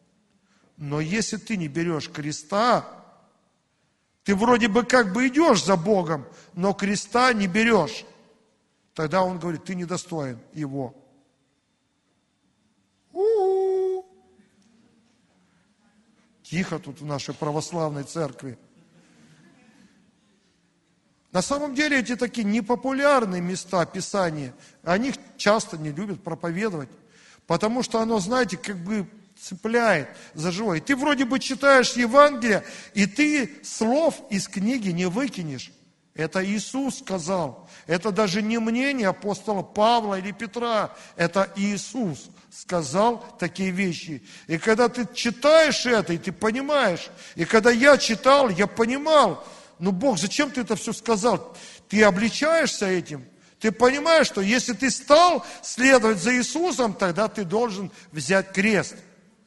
Но если ты не берешь креста, ты вроде бы как бы идешь за Богом, но креста не берешь. тогда он говорит, ты недостоин его. У-у-у. Тихо тут в нашей православной церкви. На самом деле эти такие непопулярные места Писания, о них часто не любят проповедовать, потому что оно, знаете, как бы цепляет за живое. И ты вроде бы читаешь Евангелие, и ты слов из книги не выкинешь. Это Иисус сказал. Это даже не мнение апостола Павла или Петра. Это Иисус сказал такие вещи. И когда ты читаешь это, и ты понимаешь, и когда я читал, я понимал, ну, Бог, зачем ты это все сказал? Ты обличаешься этим. Ты понимаешь, что если ты стал следовать за Иисусом, тогда ты должен взять крест.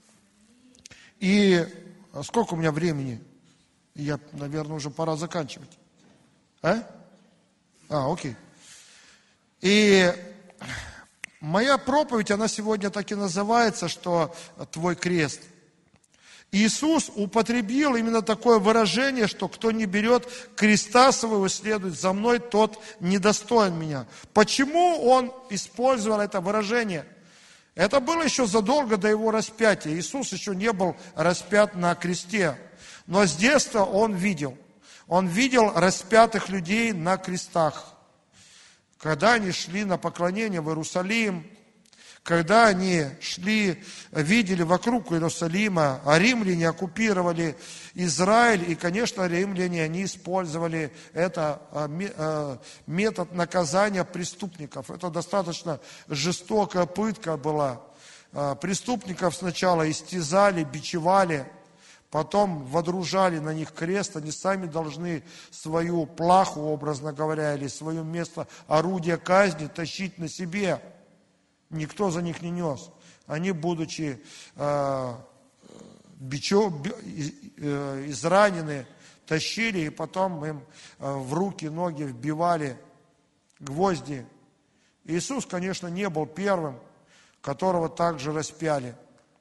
И сколько у меня времени? Я, наверное, уже пора заканчивать. А? А, окей. И моя проповедь, она сегодня так и называется, что «Твой крест». Иисус употребил именно такое выражение, что кто не берет креста своего, следует за мной, тот недостоин меня. Почему он использовал это выражение? Это было еще задолго до его распятия. Иисус еще не был распят на кресте. Но с детства он видел. Он видел распятых людей на крестах. Когда они шли на поклонение в Иерусалим, когда они шли, видели вокруг Иерусалима, а римляне оккупировали Израиль, и, конечно, римляне, они использовали это метод наказания преступников. Это достаточно жестокая пытка была. Преступников сначала истязали, бичевали, потом водружали на них крест, они сами должны свою плаху, образно говоря, или свое место орудия казни тащить на себе. Никто за них не нес. Они, будучи э, бичо, э, изранены, тащили, и потом им э, в руки, ноги вбивали гвозди. Иисус, конечно, не был первым, которого также распяли.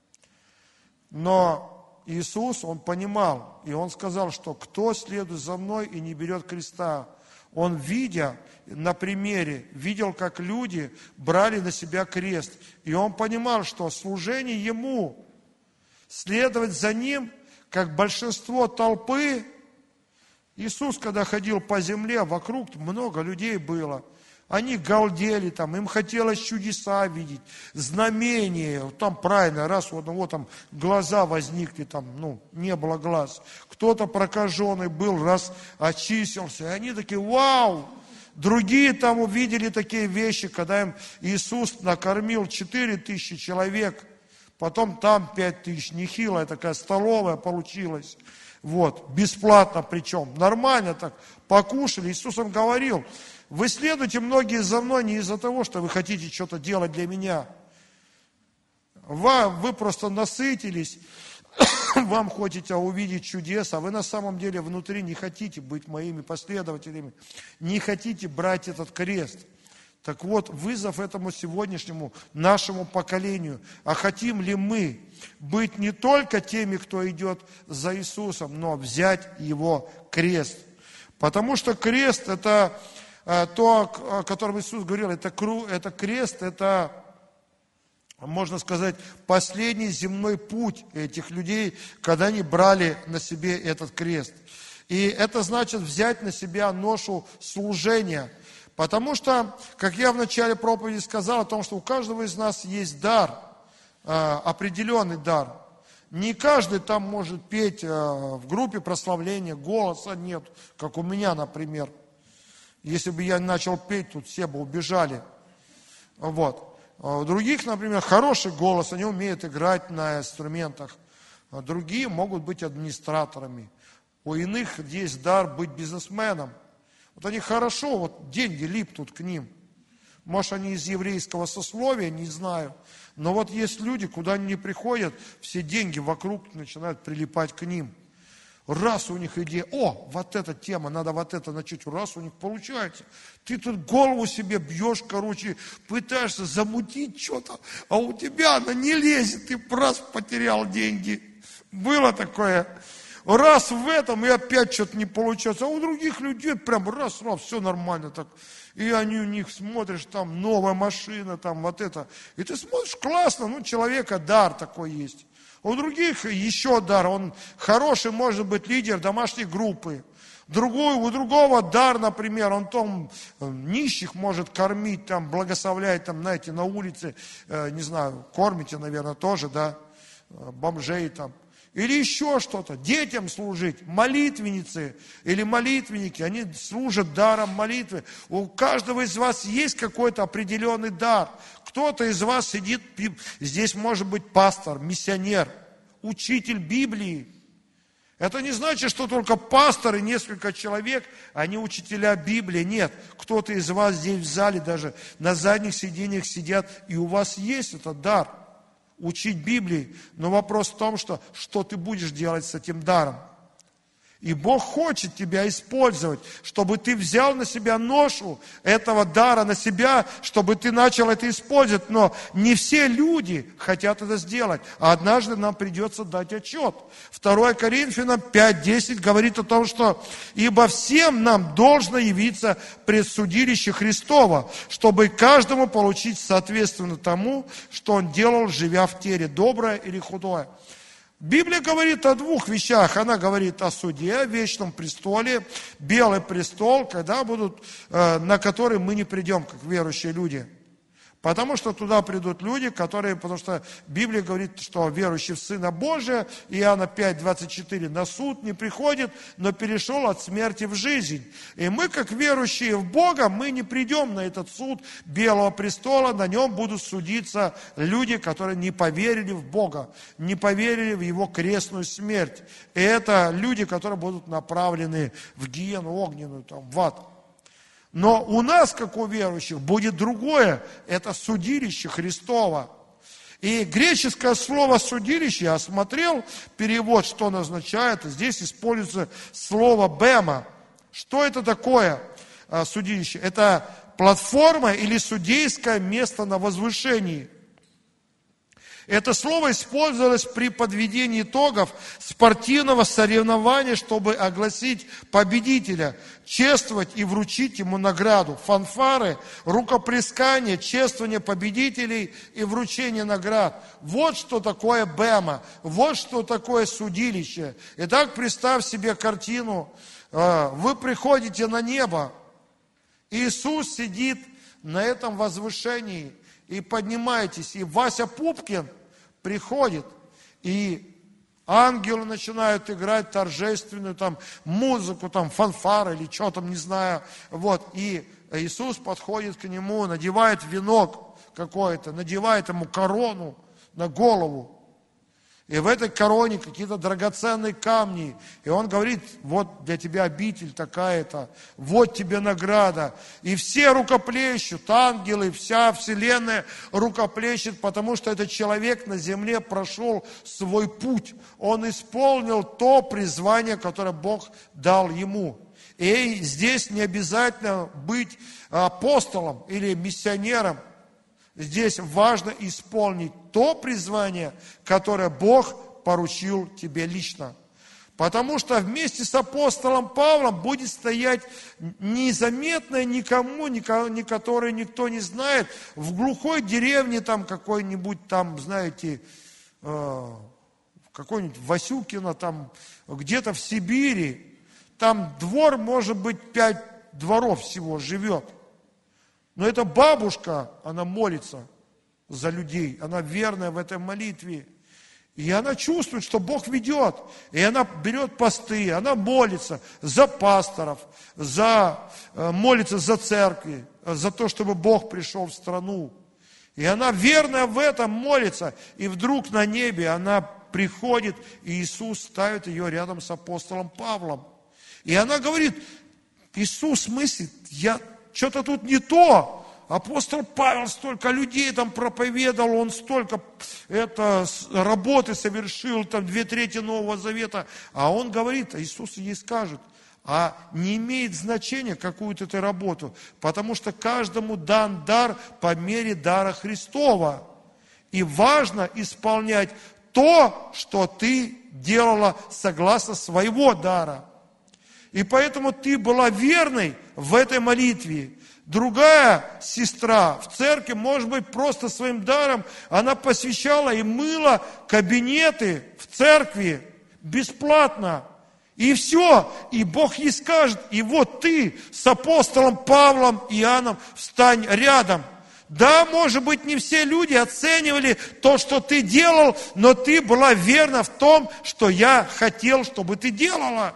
Но Иисус, Он понимал, и Он сказал, что кто следует за мной и не берет креста, Он, видя на примере, видел, как люди брали на себя крест. И он понимал, что служение ему, следовать за ним, как большинство толпы. Иисус, когда ходил по земле, вокруг много людей было. Они галдели, там, им хотелось чудеса видеть, знамения. Там правильно, раз у одного там глаза возникли, там, ну, не было глаз. Кто-то прокаженный был, раз очистился. И они такие, вау! Другие там увидели такие вещи, когда им Иисус накормил четыре тысячи человек, потом там пять тысяч, нехилая такая столовая получилась. Вот, бесплатно причем, нормально так, покушали. Иисус им говорил, вы следуете многие за мной не из-за того, что вы хотите что-то делать для меня. Вам, вы просто насытились, вам хотите увидеть чудеса, а вы на самом деле внутри не хотите быть моими последователями, не хотите брать этот крест. Так вот, вызов этому сегодняшнему нашему поколению. А хотим ли мы быть не только теми, кто идет за Иисусом, но взять Его крест? Потому что крест – это то, о котором Иисус говорил, это, это крест, это, можно сказать, последний земной путь этих людей, когда они брали на себе этот крест. И это значит взять на себя ношу служения. Потому что, как я в начале проповеди сказал, о том, что у каждого из нас есть дар, определенный дар. Не каждый там может петь в группе прославления, голоса нет, как у меня, например. Если бы я начал петь, тут все бы убежали. Вот. У других, например, хороший голос, они умеют играть на инструментах. Другие могут быть администраторами. У иных есть дар быть бизнесменом. Вот они хорошо, вот деньги липнут к ним. Может, они из еврейского сословия, не знаю. Но вот есть люди, куда они не приходят, все деньги вокруг начинают прилипать к ним. Раз у них идея, о, вот эта тема, надо вот это начать, раз у них получается. Ты тут голову себе бьешь, короче, пытаешься замутить что-то, а у тебя она не лезет, ты раз потерял деньги. Было такое. Раз в этом, и опять что-то не получается. А у других людей прям раз, раз, все нормально так. И они у них смотришь, там новая машина, там вот это. И ты смотришь, классно, ну, человека дар такой есть. У других еще дар, он хороший, может быть, лидер домашней группы. Другой, у другого дар, например, он там нищих может кормить, там, благословлять, там, знаете, на улице, э, не знаю, кормите, наверное, тоже, да, бомжей там. Или еще что-то, детям служить, молитвенницы или молитвенники, они служат даром молитвы. У каждого из вас есть какой-то определенный дар. Кто-то из вас сидит, здесь может быть пастор, миссионер, учитель Библии. Это не значит, что только пастор и несколько человек, они учителя Библии. Нет, кто-то из вас здесь в зале даже на задних сиденьях сидят, и у вас есть этот дар. Учить Библии, но вопрос в том, что, что ты будешь делать с этим даром. И Бог хочет тебя использовать, чтобы ты взял на себя ношу этого дара, на себя, чтобы ты начал это использовать. Но не все люди хотят это сделать, а однажды нам придется дать отчет. второе Коринфянам пять десять говорит о том, что «Ибо всем нам должно явиться пред судилище Христово, чтобы каждому получить соответственно тому, что он делал, живя в теле, доброе или худое». Библия говорит о двух вещах. Она говорит о суде, о вечном престоле, белый престол, когда будут, э, на который мы не придем, как верующие люди. Потому что туда придут люди, которые, потому что Библия говорит, что верующий в Сына Божия, Иоанна пять двадцать четыре, на суд не приходит, но перешел от смерти в жизнь. И мы, как верующие в Бога, мы не придем на этот суд Белого престола, на нем будут судиться люди, которые не поверили в Бога, не поверили в Его крестную смерть. И это люди, которые будут направлены в гиену огненную, там, в ад. Но у нас, как у верующих, будет другое. Это судилище Христово. И греческое слово «судилище», я осмотрел перевод, что оно означает. Здесь используется слово «бема». Что это такое судилище? Это платформа или судейское место на возвышении. Это слово использовалось при подведении итогов спортивного соревнования, чтобы огласить победителя, чествовать и вручить ему награду. Фанфары, рукоплескание, чествование победителей и вручение наград. Вот что такое бема, вот что такое судилище. Итак, представь себе картину. Вы приходите на небо, Иисус сидит на этом возвышении, и поднимаетесь, и Вася Пупкин приходит, и ангелы начинают играть торжественную там музыку, там фанфары или что там, не знаю, вот, и Иисус подходит к нему, надевает венок какой-то, надевает ему корону на голову, и в этой короне какие-то драгоценные камни. И он говорит, вот для тебя обитель такая-то, вот тебе награда. И все рукоплещут, ангелы, вся вселенная рукоплещет, потому что этот человек на земле прошел свой путь. Он исполнил то призвание, которое Бог дал ему. И здесь не обязательно быть апостолом или миссионером. Здесь важно исполнить то призвание, которое Бог поручил тебе лично. Потому что вместе с апостолом Павлом будет стоять незаметное никому, никого, которое никто не знает, в глухой деревне там какой-нибудь там, знаете, э, какой-нибудь Васюкино, там где-то в Сибири. Там двор, может быть, пять дворов всего живет. Но эта бабушка, она молится за людей, она верная в этой молитве. И она чувствует, что Бог ведет. И она берет посты, она молится за пасторов, за, молится за церкви, за то, чтобы Бог пришел в страну. И она верная в этом молится. И вдруг на небе она приходит, и Иисус ставит ее рядом с апостолом Павлом. И она говорит, Иисус мыслит, я... Что-то тут не то. Апостол Павел столько людей там проповедовал, он столько это, работы совершил, там две трети Нового Завета. А он говорит, а Иисус ей скажет, а не имеет значения какую-то ты работу, потому что каждому дан дар по мере дара Христова. И важно исполнять то, что ты делала согласно своего дара. И поэтому ты была верной в этой молитве. Другая сестра в церкви, может быть, просто своим даром, она посвящала и мыла кабинеты в церкви бесплатно. И все, и Бог ей скажет, и вот ты с апостолом Павлом и Иоанном встань рядом. Да, может быть, не все люди оценивали то, что ты делал, но ты была верна в том, что я хотел, чтобы ты делала.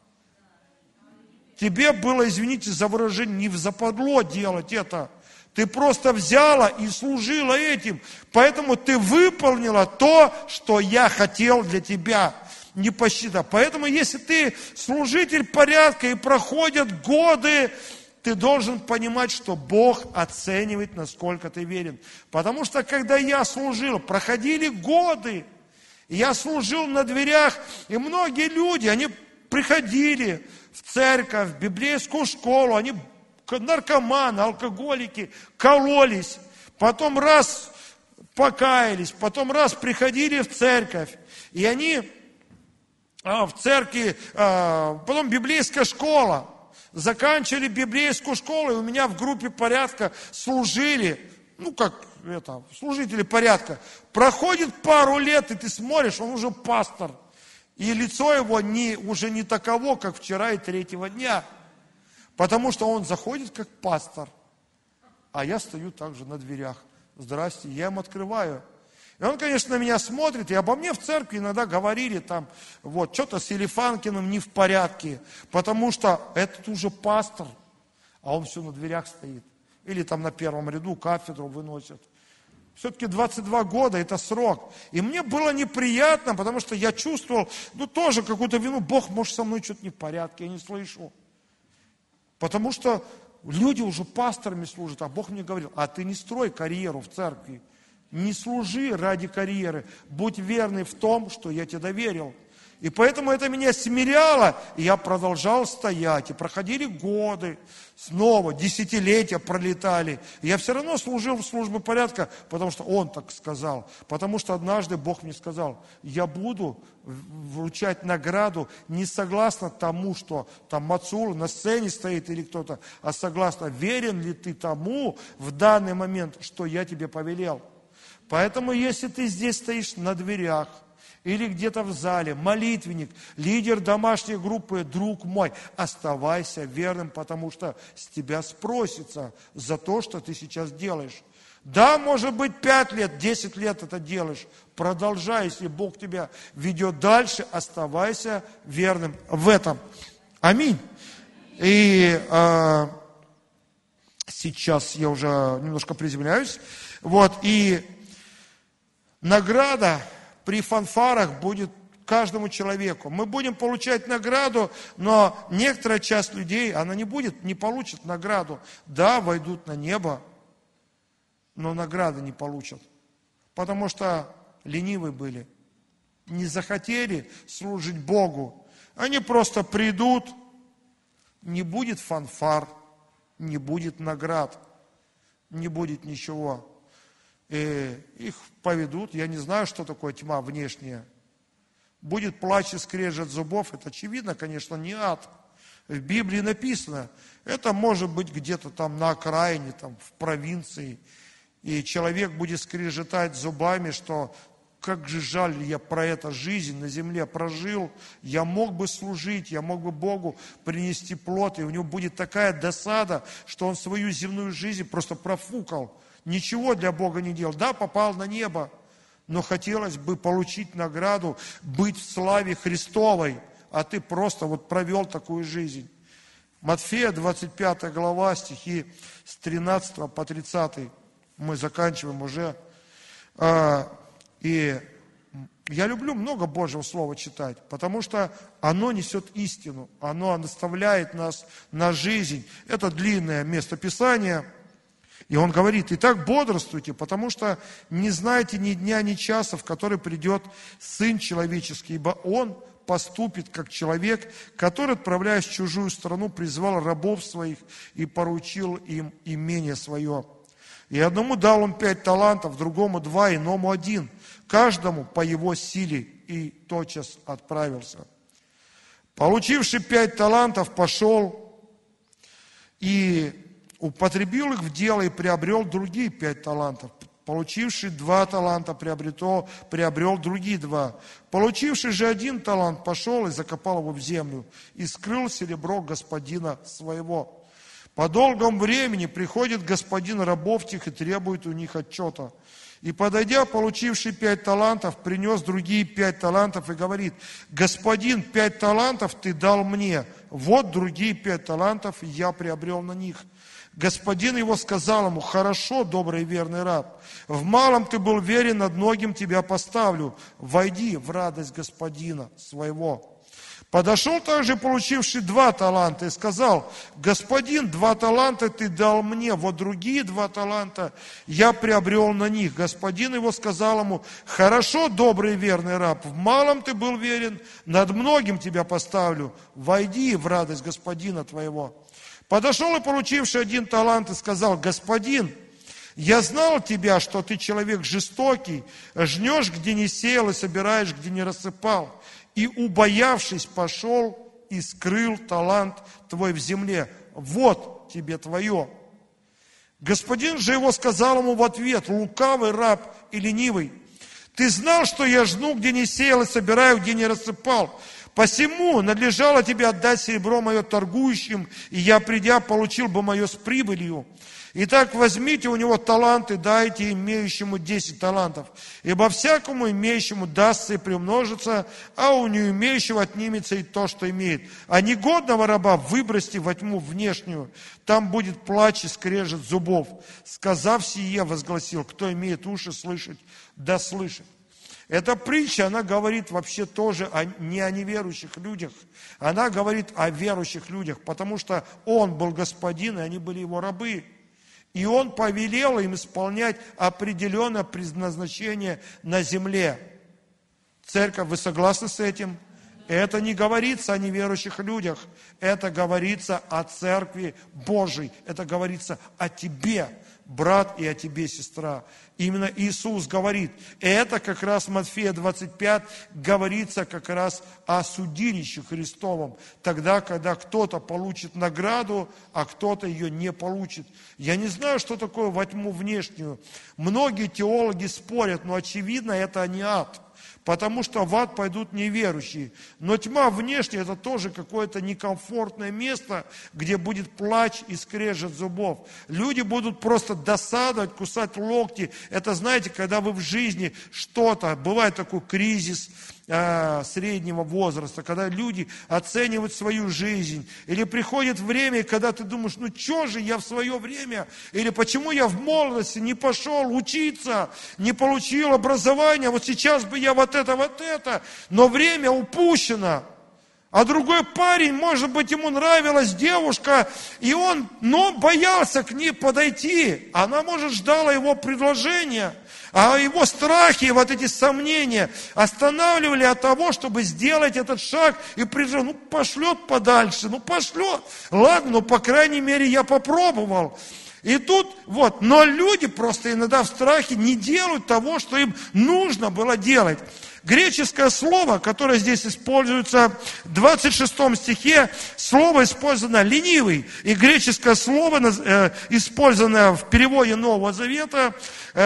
Тебе было, извините за выражение, не взападло делать это. Ты просто взяла и служила этим. Поэтому ты выполнила то, что я хотел для тебя. Не посчитав. Поэтому, если ты служитель порядка и проходят годы, ты должен понимать, что Бог оценивает, насколько ты верен. Потому что, когда я служил, проходили годы, я служил на дверях, и многие люди, они приходили в церковь, в библейскую школу, они наркоманы, алкоголики, кололись, потом раз покаялись, потом раз приходили в церковь, и они а, в церкви, а, потом библейская школа, заканчивали библейскую школу, и у меня в группе порядка служили, ну как это, служители порядка, проходит пару лет, и ты смотришь, он уже пастор. И лицо его не, уже не таково, как вчера и третьего дня. Потому что он заходит как пастор. А я стою также на дверях. Здрасте, я им открываю. И он, конечно, на меня смотрит. И обо мне в церкви иногда говорили там, вот, что-то с Елефанкиным не в порядке. Потому что этот уже пастор, а он все на дверях стоит. Или там на первом ряду кафедру выносят. Все-таки двадцать два года это срок. И мне было неприятно, потому что я чувствовал, ну тоже какую-то вину. Бог, может, со мной что-то не в порядке, я не слышу. Потому что люди уже пасторами служат, а Бог мне говорил, а ты не строй карьеру в церкви. Не служи ради карьеры. Будь верный в том, что я тебе доверил. И поэтому это меня смиряло, и я продолжал стоять. И проходили годы, снова десятилетия пролетали. И я все равно служил в службе порядка, потому что Он так сказал. Потому что однажды Бог мне сказал, я буду вручать награду не согласно тому, что там Мацур на сцене стоит или кто-то, а согласно, верен ли ты тому в данный момент, что я тебе повелел. Поэтому, если ты здесь стоишь на дверях, или где-то в зале, молитвенник, лидер домашней группы, друг мой, оставайся верным, потому что с тебя спросится за то, что ты сейчас делаешь. Да, может быть, пять лет, десять лет это делаешь. Продолжай, если Бог тебя ведет дальше, оставайся верным в этом. Аминь. И э, сейчас я уже немножко приземляюсь. Вот, и награда при фанфарах будет каждому человеку. Мы будем получать награду, но некоторая часть людей, она не будет, не получит награду. Да, войдут на небо, но награды не получат. Потому что ленивы были, не захотели служить Богу. Они просто придут, не будет фанфар, не будет наград, не будет ничего. И их поведут, я не знаю, что такое тьма внешняя. Будет плач и скрежет зубов, это очевидно, конечно, не ад. В Библии написано, это может быть где-то там на окраине, там в провинции. И человек будет скрежетать зубами, что как же жаль, я про эту жизнь на земле прожил, я мог бы служить, я мог бы Богу принести плод, и у него будет такая досада, что он свою земную жизнь просто профукал. Ничего для Бога не делал. Да, попал на небо, но хотелось бы получить награду, быть в славе Христовой, а ты просто вот провел такую жизнь. Матфея, двадцать пятая глава, стихи с тринадцатого по тридцатый. Мы заканчиваем уже. И я люблю много Божьего Слова читать, потому что оно несет истину, оно наставляет нас на жизнь. Это длинное местописание. И он говорит, итак, бодрствуйте, потому что не знаете ни дня, ни часа, в который придет Сын Человеческий, ибо Он поступит, как человек, который, отправляясь в чужую страну, призвал рабов своих и поручил им имение свое. И одному дал он пять талантов, другому два, иному один, каждому по его силе, и тотчас отправился. Получивший пять талантов, пошел и употребил их в дело и приобрел другие пять талантов. Получивший два таланта приобрел, приобрел другие два. Получивший же один талант пошел и закопал его в землю, и скрыл серебро господина своего. По долгом времени приходит господин рабов тех и требует у них отчета. И, подойдя, получивший пять талантов, принес другие пять талантов и говорит: господин, пять талантов ты дал мне, вот другие пять талантов я приобрел на них. Господин его сказал ему: хорошо, добрый и верный раб, в малом ты был верен, над многим тебя поставлю, войди в радость господина своего. Подошел также получивший два таланта и сказал: господин, два таланта ты дал мне, вот другие два таланта я приобрел на них. Господин его сказал ему: хорошо, добрый и верный раб, в малом ты был верен, над многим тебя поставлю, войди в радость господина твоего. Подошел и получивший один талант и сказал: господин, я знал тебя, что ты человек жестокий, жнешь, где не сеял, и собираешь, где не рассыпал. И, убоявшись, пошел и скрыл талант твой в земле. Вот тебе твое. Господин же его сказал ему в ответ: лукавый раб и ленивый, ты знал, что я жну, где не сеял, и собираю, где не рассыпал. Посему надлежало тебе отдать серебро мое торгующим, и я, придя, получил бы мое с прибылью. Итак, возьмите у него таланты, дайте имеющему десять талантов. Ибо всякому имеющему дастся и приумножится, а у неимеющего отнимется и то, что имеет. А негодного раба выбросьте во тьму внешнюю, там будет плач и скрежет зубов. Сказав сие, возгласил: кто имеет уши слышать, да слышит. Эта притча, она говорит вообще тоже о, не о неверующих людях, она говорит о верующих людях, потому что он был господин, и они были его рабы. И он повелел им исполнять определенное предназначение на земле. Церковь, вы согласны с этим? Это не говорится о неверующих людях, это говорится о Церкви Божией, это говорится о тебе, брат, и о тебе, сестра. Именно Иисус говорит. И это как раз в Матфея двадцать пять говорится как раз о судилище Христовом. Тогда, когда кто-то получит награду, а кто-то ее не получит. Я не знаю, что такое во тьму внешнюю. Многие теологи спорят, но очевидно, это не ад. Потому что в ад пойдут неверующие. Но тьма внешняя — это тоже какое-то некомфортное место, где будет плач и скрежет зубов. Люди будут просто досадовать, кусать локти. Это, знаете, когда вы в жизни что-то, бывает такой кризис э, среднего возраста, когда люди оценивают свою жизнь. Или приходит время, когда ты думаешь: ну что же я в свое время, или почему я в молодости не пошел учиться, не получил образование, вот сейчас бы я вот это, вот это, но время упущено. А другой парень, может быть, ему нравилась девушка, и он, но боялся к ней подойти. Она, может, ждала его предложения, а его страхи, вот эти сомнения останавливали от того, чтобы сделать этот шаг и предложить: ну, пошлет подальше, ну, пошлет. Ладно, ну, по крайней мере, я попробовал. И тут, вот, но люди просто иногда в страхе не делают того, что им нужно было делать. Греческое слово, которое здесь используется в двадцать шестом стихе, слово использовано «ленивый». И греческое слово, использованное в переводе Нового Завета,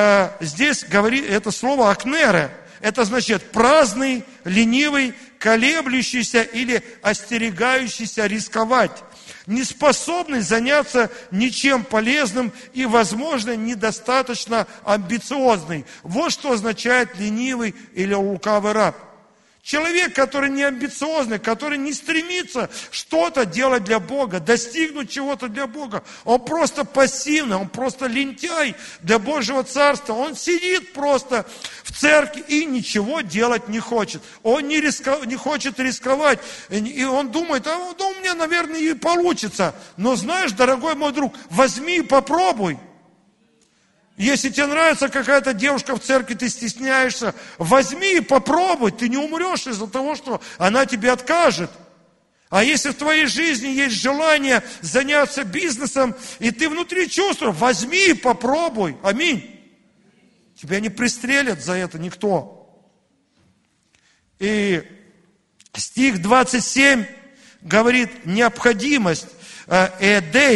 здесь говорит это слово «акнере». Это значит праздный, ленивый, колеблющийся или остерегающийся рисковать, неспособный заняться ничем полезным и, возможно, недостаточно амбициозный. Вот что означает ленивый или лукавый раб. Человек, который не амбициозный, который не стремится что-то делать для Бога, достигнуть чего-то для Бога. Он просто пассивный, он просто лентяй для Божьего Царства. Он сидит просто в церкви и ничего делать не хочет. Он не, риско, не хочет рисковать. И он думает: а да, у меня, наверное, и получится. Но знаешь, дорогой мой друг, возьми и попробуй. Если тебе нравится какая-то девушка в церкви, ты стесняешься, возьми и попробуй, ты не умрешь из-за того, что она тебе откажет. А если в твоей жизни есть желание заняться бизнесом, и ты внутри чувствуешь, возьми и попробуй. Аминь. Тебя не пристрелят за это никто. И стих двадцать семь говорит: необходимость, эдей.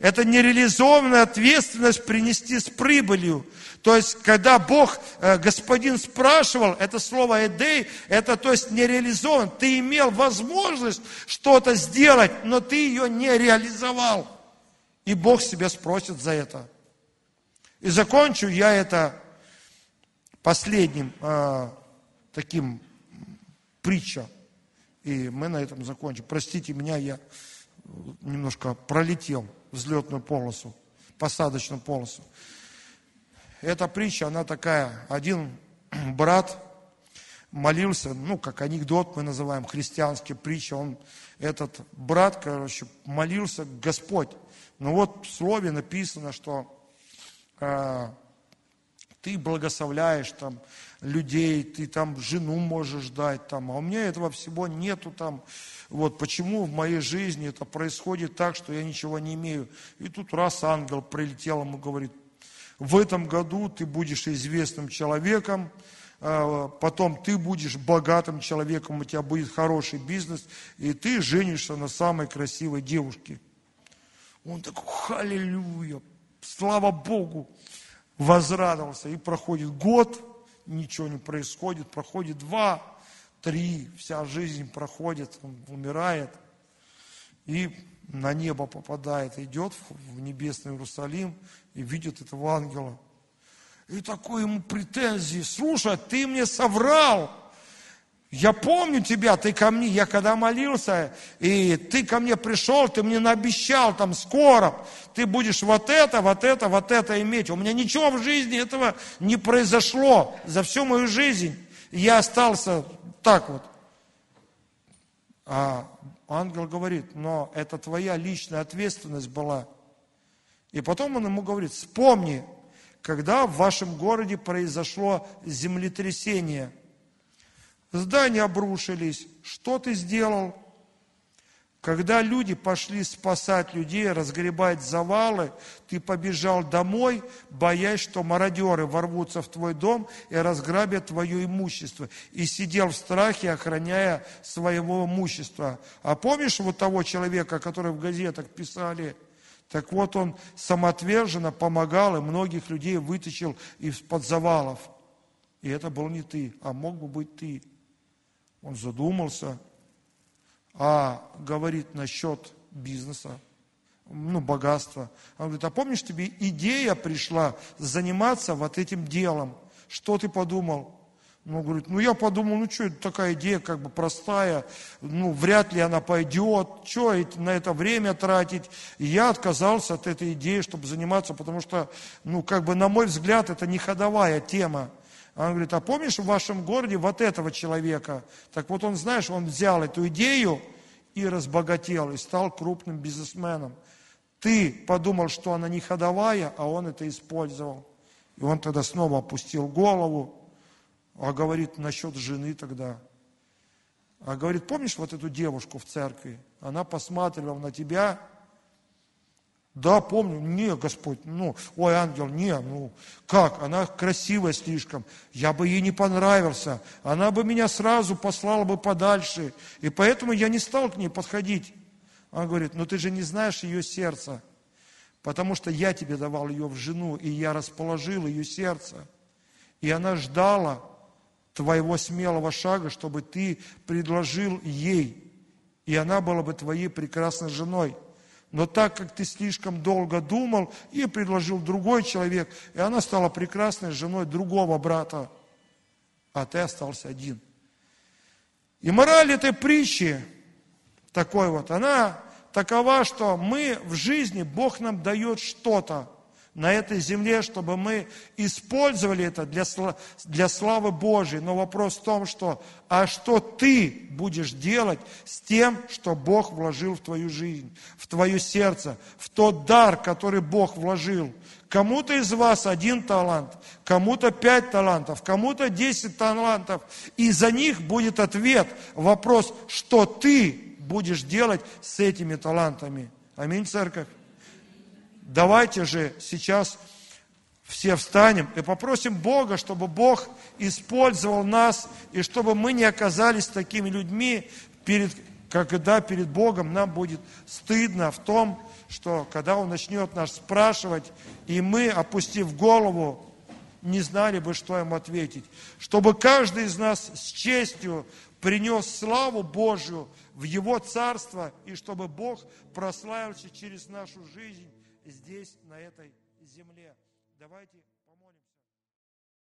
Это нереализованная ответственность принести с прибылью. То есть, когда Бог, Господин спрашивал, это слово «эдей», это то есть нереализован. Ты имел возможность что-то сделать, но ты ее не реализовал. И Бог себя спросит за это. И закончу я это последним э, таким притча. И мы на этом закончим. Простите меня, я немножко пролетел взлетную полосу, посадочную полосу. Эта притча, она такая. Один брат молился, ну, как анекдот мы называем, христианский притча. Он, этот брат, короче, молился: Господь, ну вот в слове написано, что э, ты благословляешь там людей, ты там жену можешь дать, там, а у меня этого всего нету там. Вот почему в моей жизни это происходит так, что я ничего не имею. И тут раз ангел прилетел, ему говорит: в этом году ты будешь известным человеком, потом ты будешь богатым человеком, у тебя будет хороший бизнес, и ты женишься на самой красивой девушке. Он такой: аллилуйя, слава Богу, возрадовался. И проходит год, ничего не происходит, проходит два, три, вся жизнь проходит, он умирает и на небо попадает, идет в небесный Иерусалим и видит этого ангела. И такой ему претензии: слушай, ты мне соврал. Я помню тебя, ты ко мне, я когда молился, и ты ко мне пришел, ты мне наобещал там скоро, ты будешь вот это, вот это, вот это иметь. У меня ничего в жизни этого не произошло за всю мою жизнь. Я остался так вот. А ангел говорит: но это твоя личная ответственность была. И потом он ему говорит: вспомни, когда в вашем городе произошло землетрясение. Здания обрушились. Что ты сделал? Когда люди пошли спасать людей, разгребать завалы, ты побежал домой, боясь, что мародеры ворвутся в твой дом и разграбят твое имущество. И сидел в страхе, охраняя своего имущества. А помнишь вот того человека, который в газетах писали? Так вот, он самоотверженно помогал и многих людей вытащил из-под завалов. И это был не ты, а мог бы быть ты. Он задумался, а говорит насчет бизнеса, ну, богатства. Он говорит: а помнишь, тебе идея пришла заниматься вот этим делом? Что ты подумал? Ну, говорит: ну, я подумал, ну, что это такая идея, как бы простая, ну, вряд ли она пойдет, что на это время тратить. И я отказался от этой идеи, чтобы заниматься, потому что, ну, как бы, на мой взгляд, это не ходовая тема. Он говорит: а помнишь в вашем городе вот этого человека? Так вот он, знаешь, он взял эту идею и разбогател, и стал крупным бизнесменом. Ты подумал, что она не ходовая, а он это использовал. И он тогда снова опустил голову, а говорит насчет жены тогда. А говорит: помнишь вот эту девушку в церкви? Она посматривала на тебя. Да, помню. Не, Господь, ну, ой, ангел, не, ну, как? Она красивая слишком. Я бы ей не понравился. Она бы меня сразу послала бы подальше. И поэтому я не стал к ней подходить. Он говорит: ну ты же не знаешь ее сердца. Потому что я тебе давал ее в жену, и я расположил ее сердце. И она ждала твоего смелого шага, чтобы ты предложил ей. И она была бы твоей прекрасной женой. Но так как ты слишком долго думал, и предложил другой человек, и она стала прекрасной женой другого брата, а ты остался один. И мораль этой притчи такой вот, она такова, что мы в жизни, Бог нам дает что-то на этой земле, чтобы мы использовали это для, для славы Божьей. Но вопрос в том, что, а что ты будешь делать с тем, что Бог вложил в твою жизнь, в твое сердце, в тот дар, который Бог вложил. Кому-то из вас один талант, кому-то пять талантов, кому-то десять талантов. И за них будет ответ, вопрос, что ты будешь делать с этими талантами. Аминь, церковь. Давайте же сейчас все встанем и попросим Бога, чтобы Бог использовал нас, и чтобы мы не оказались такими людьми, перед когда перед Богом нам будет стыдно в том, что когда Он начнет нас спрашивать, и мы, опустив голову, не знали бы, что Ему ответить. Чтобы каждый из нас с честью принес славу Божью в Его Царство, и чтобы Бог прославился через нашу жизнь здесь, на этой земле. Давайте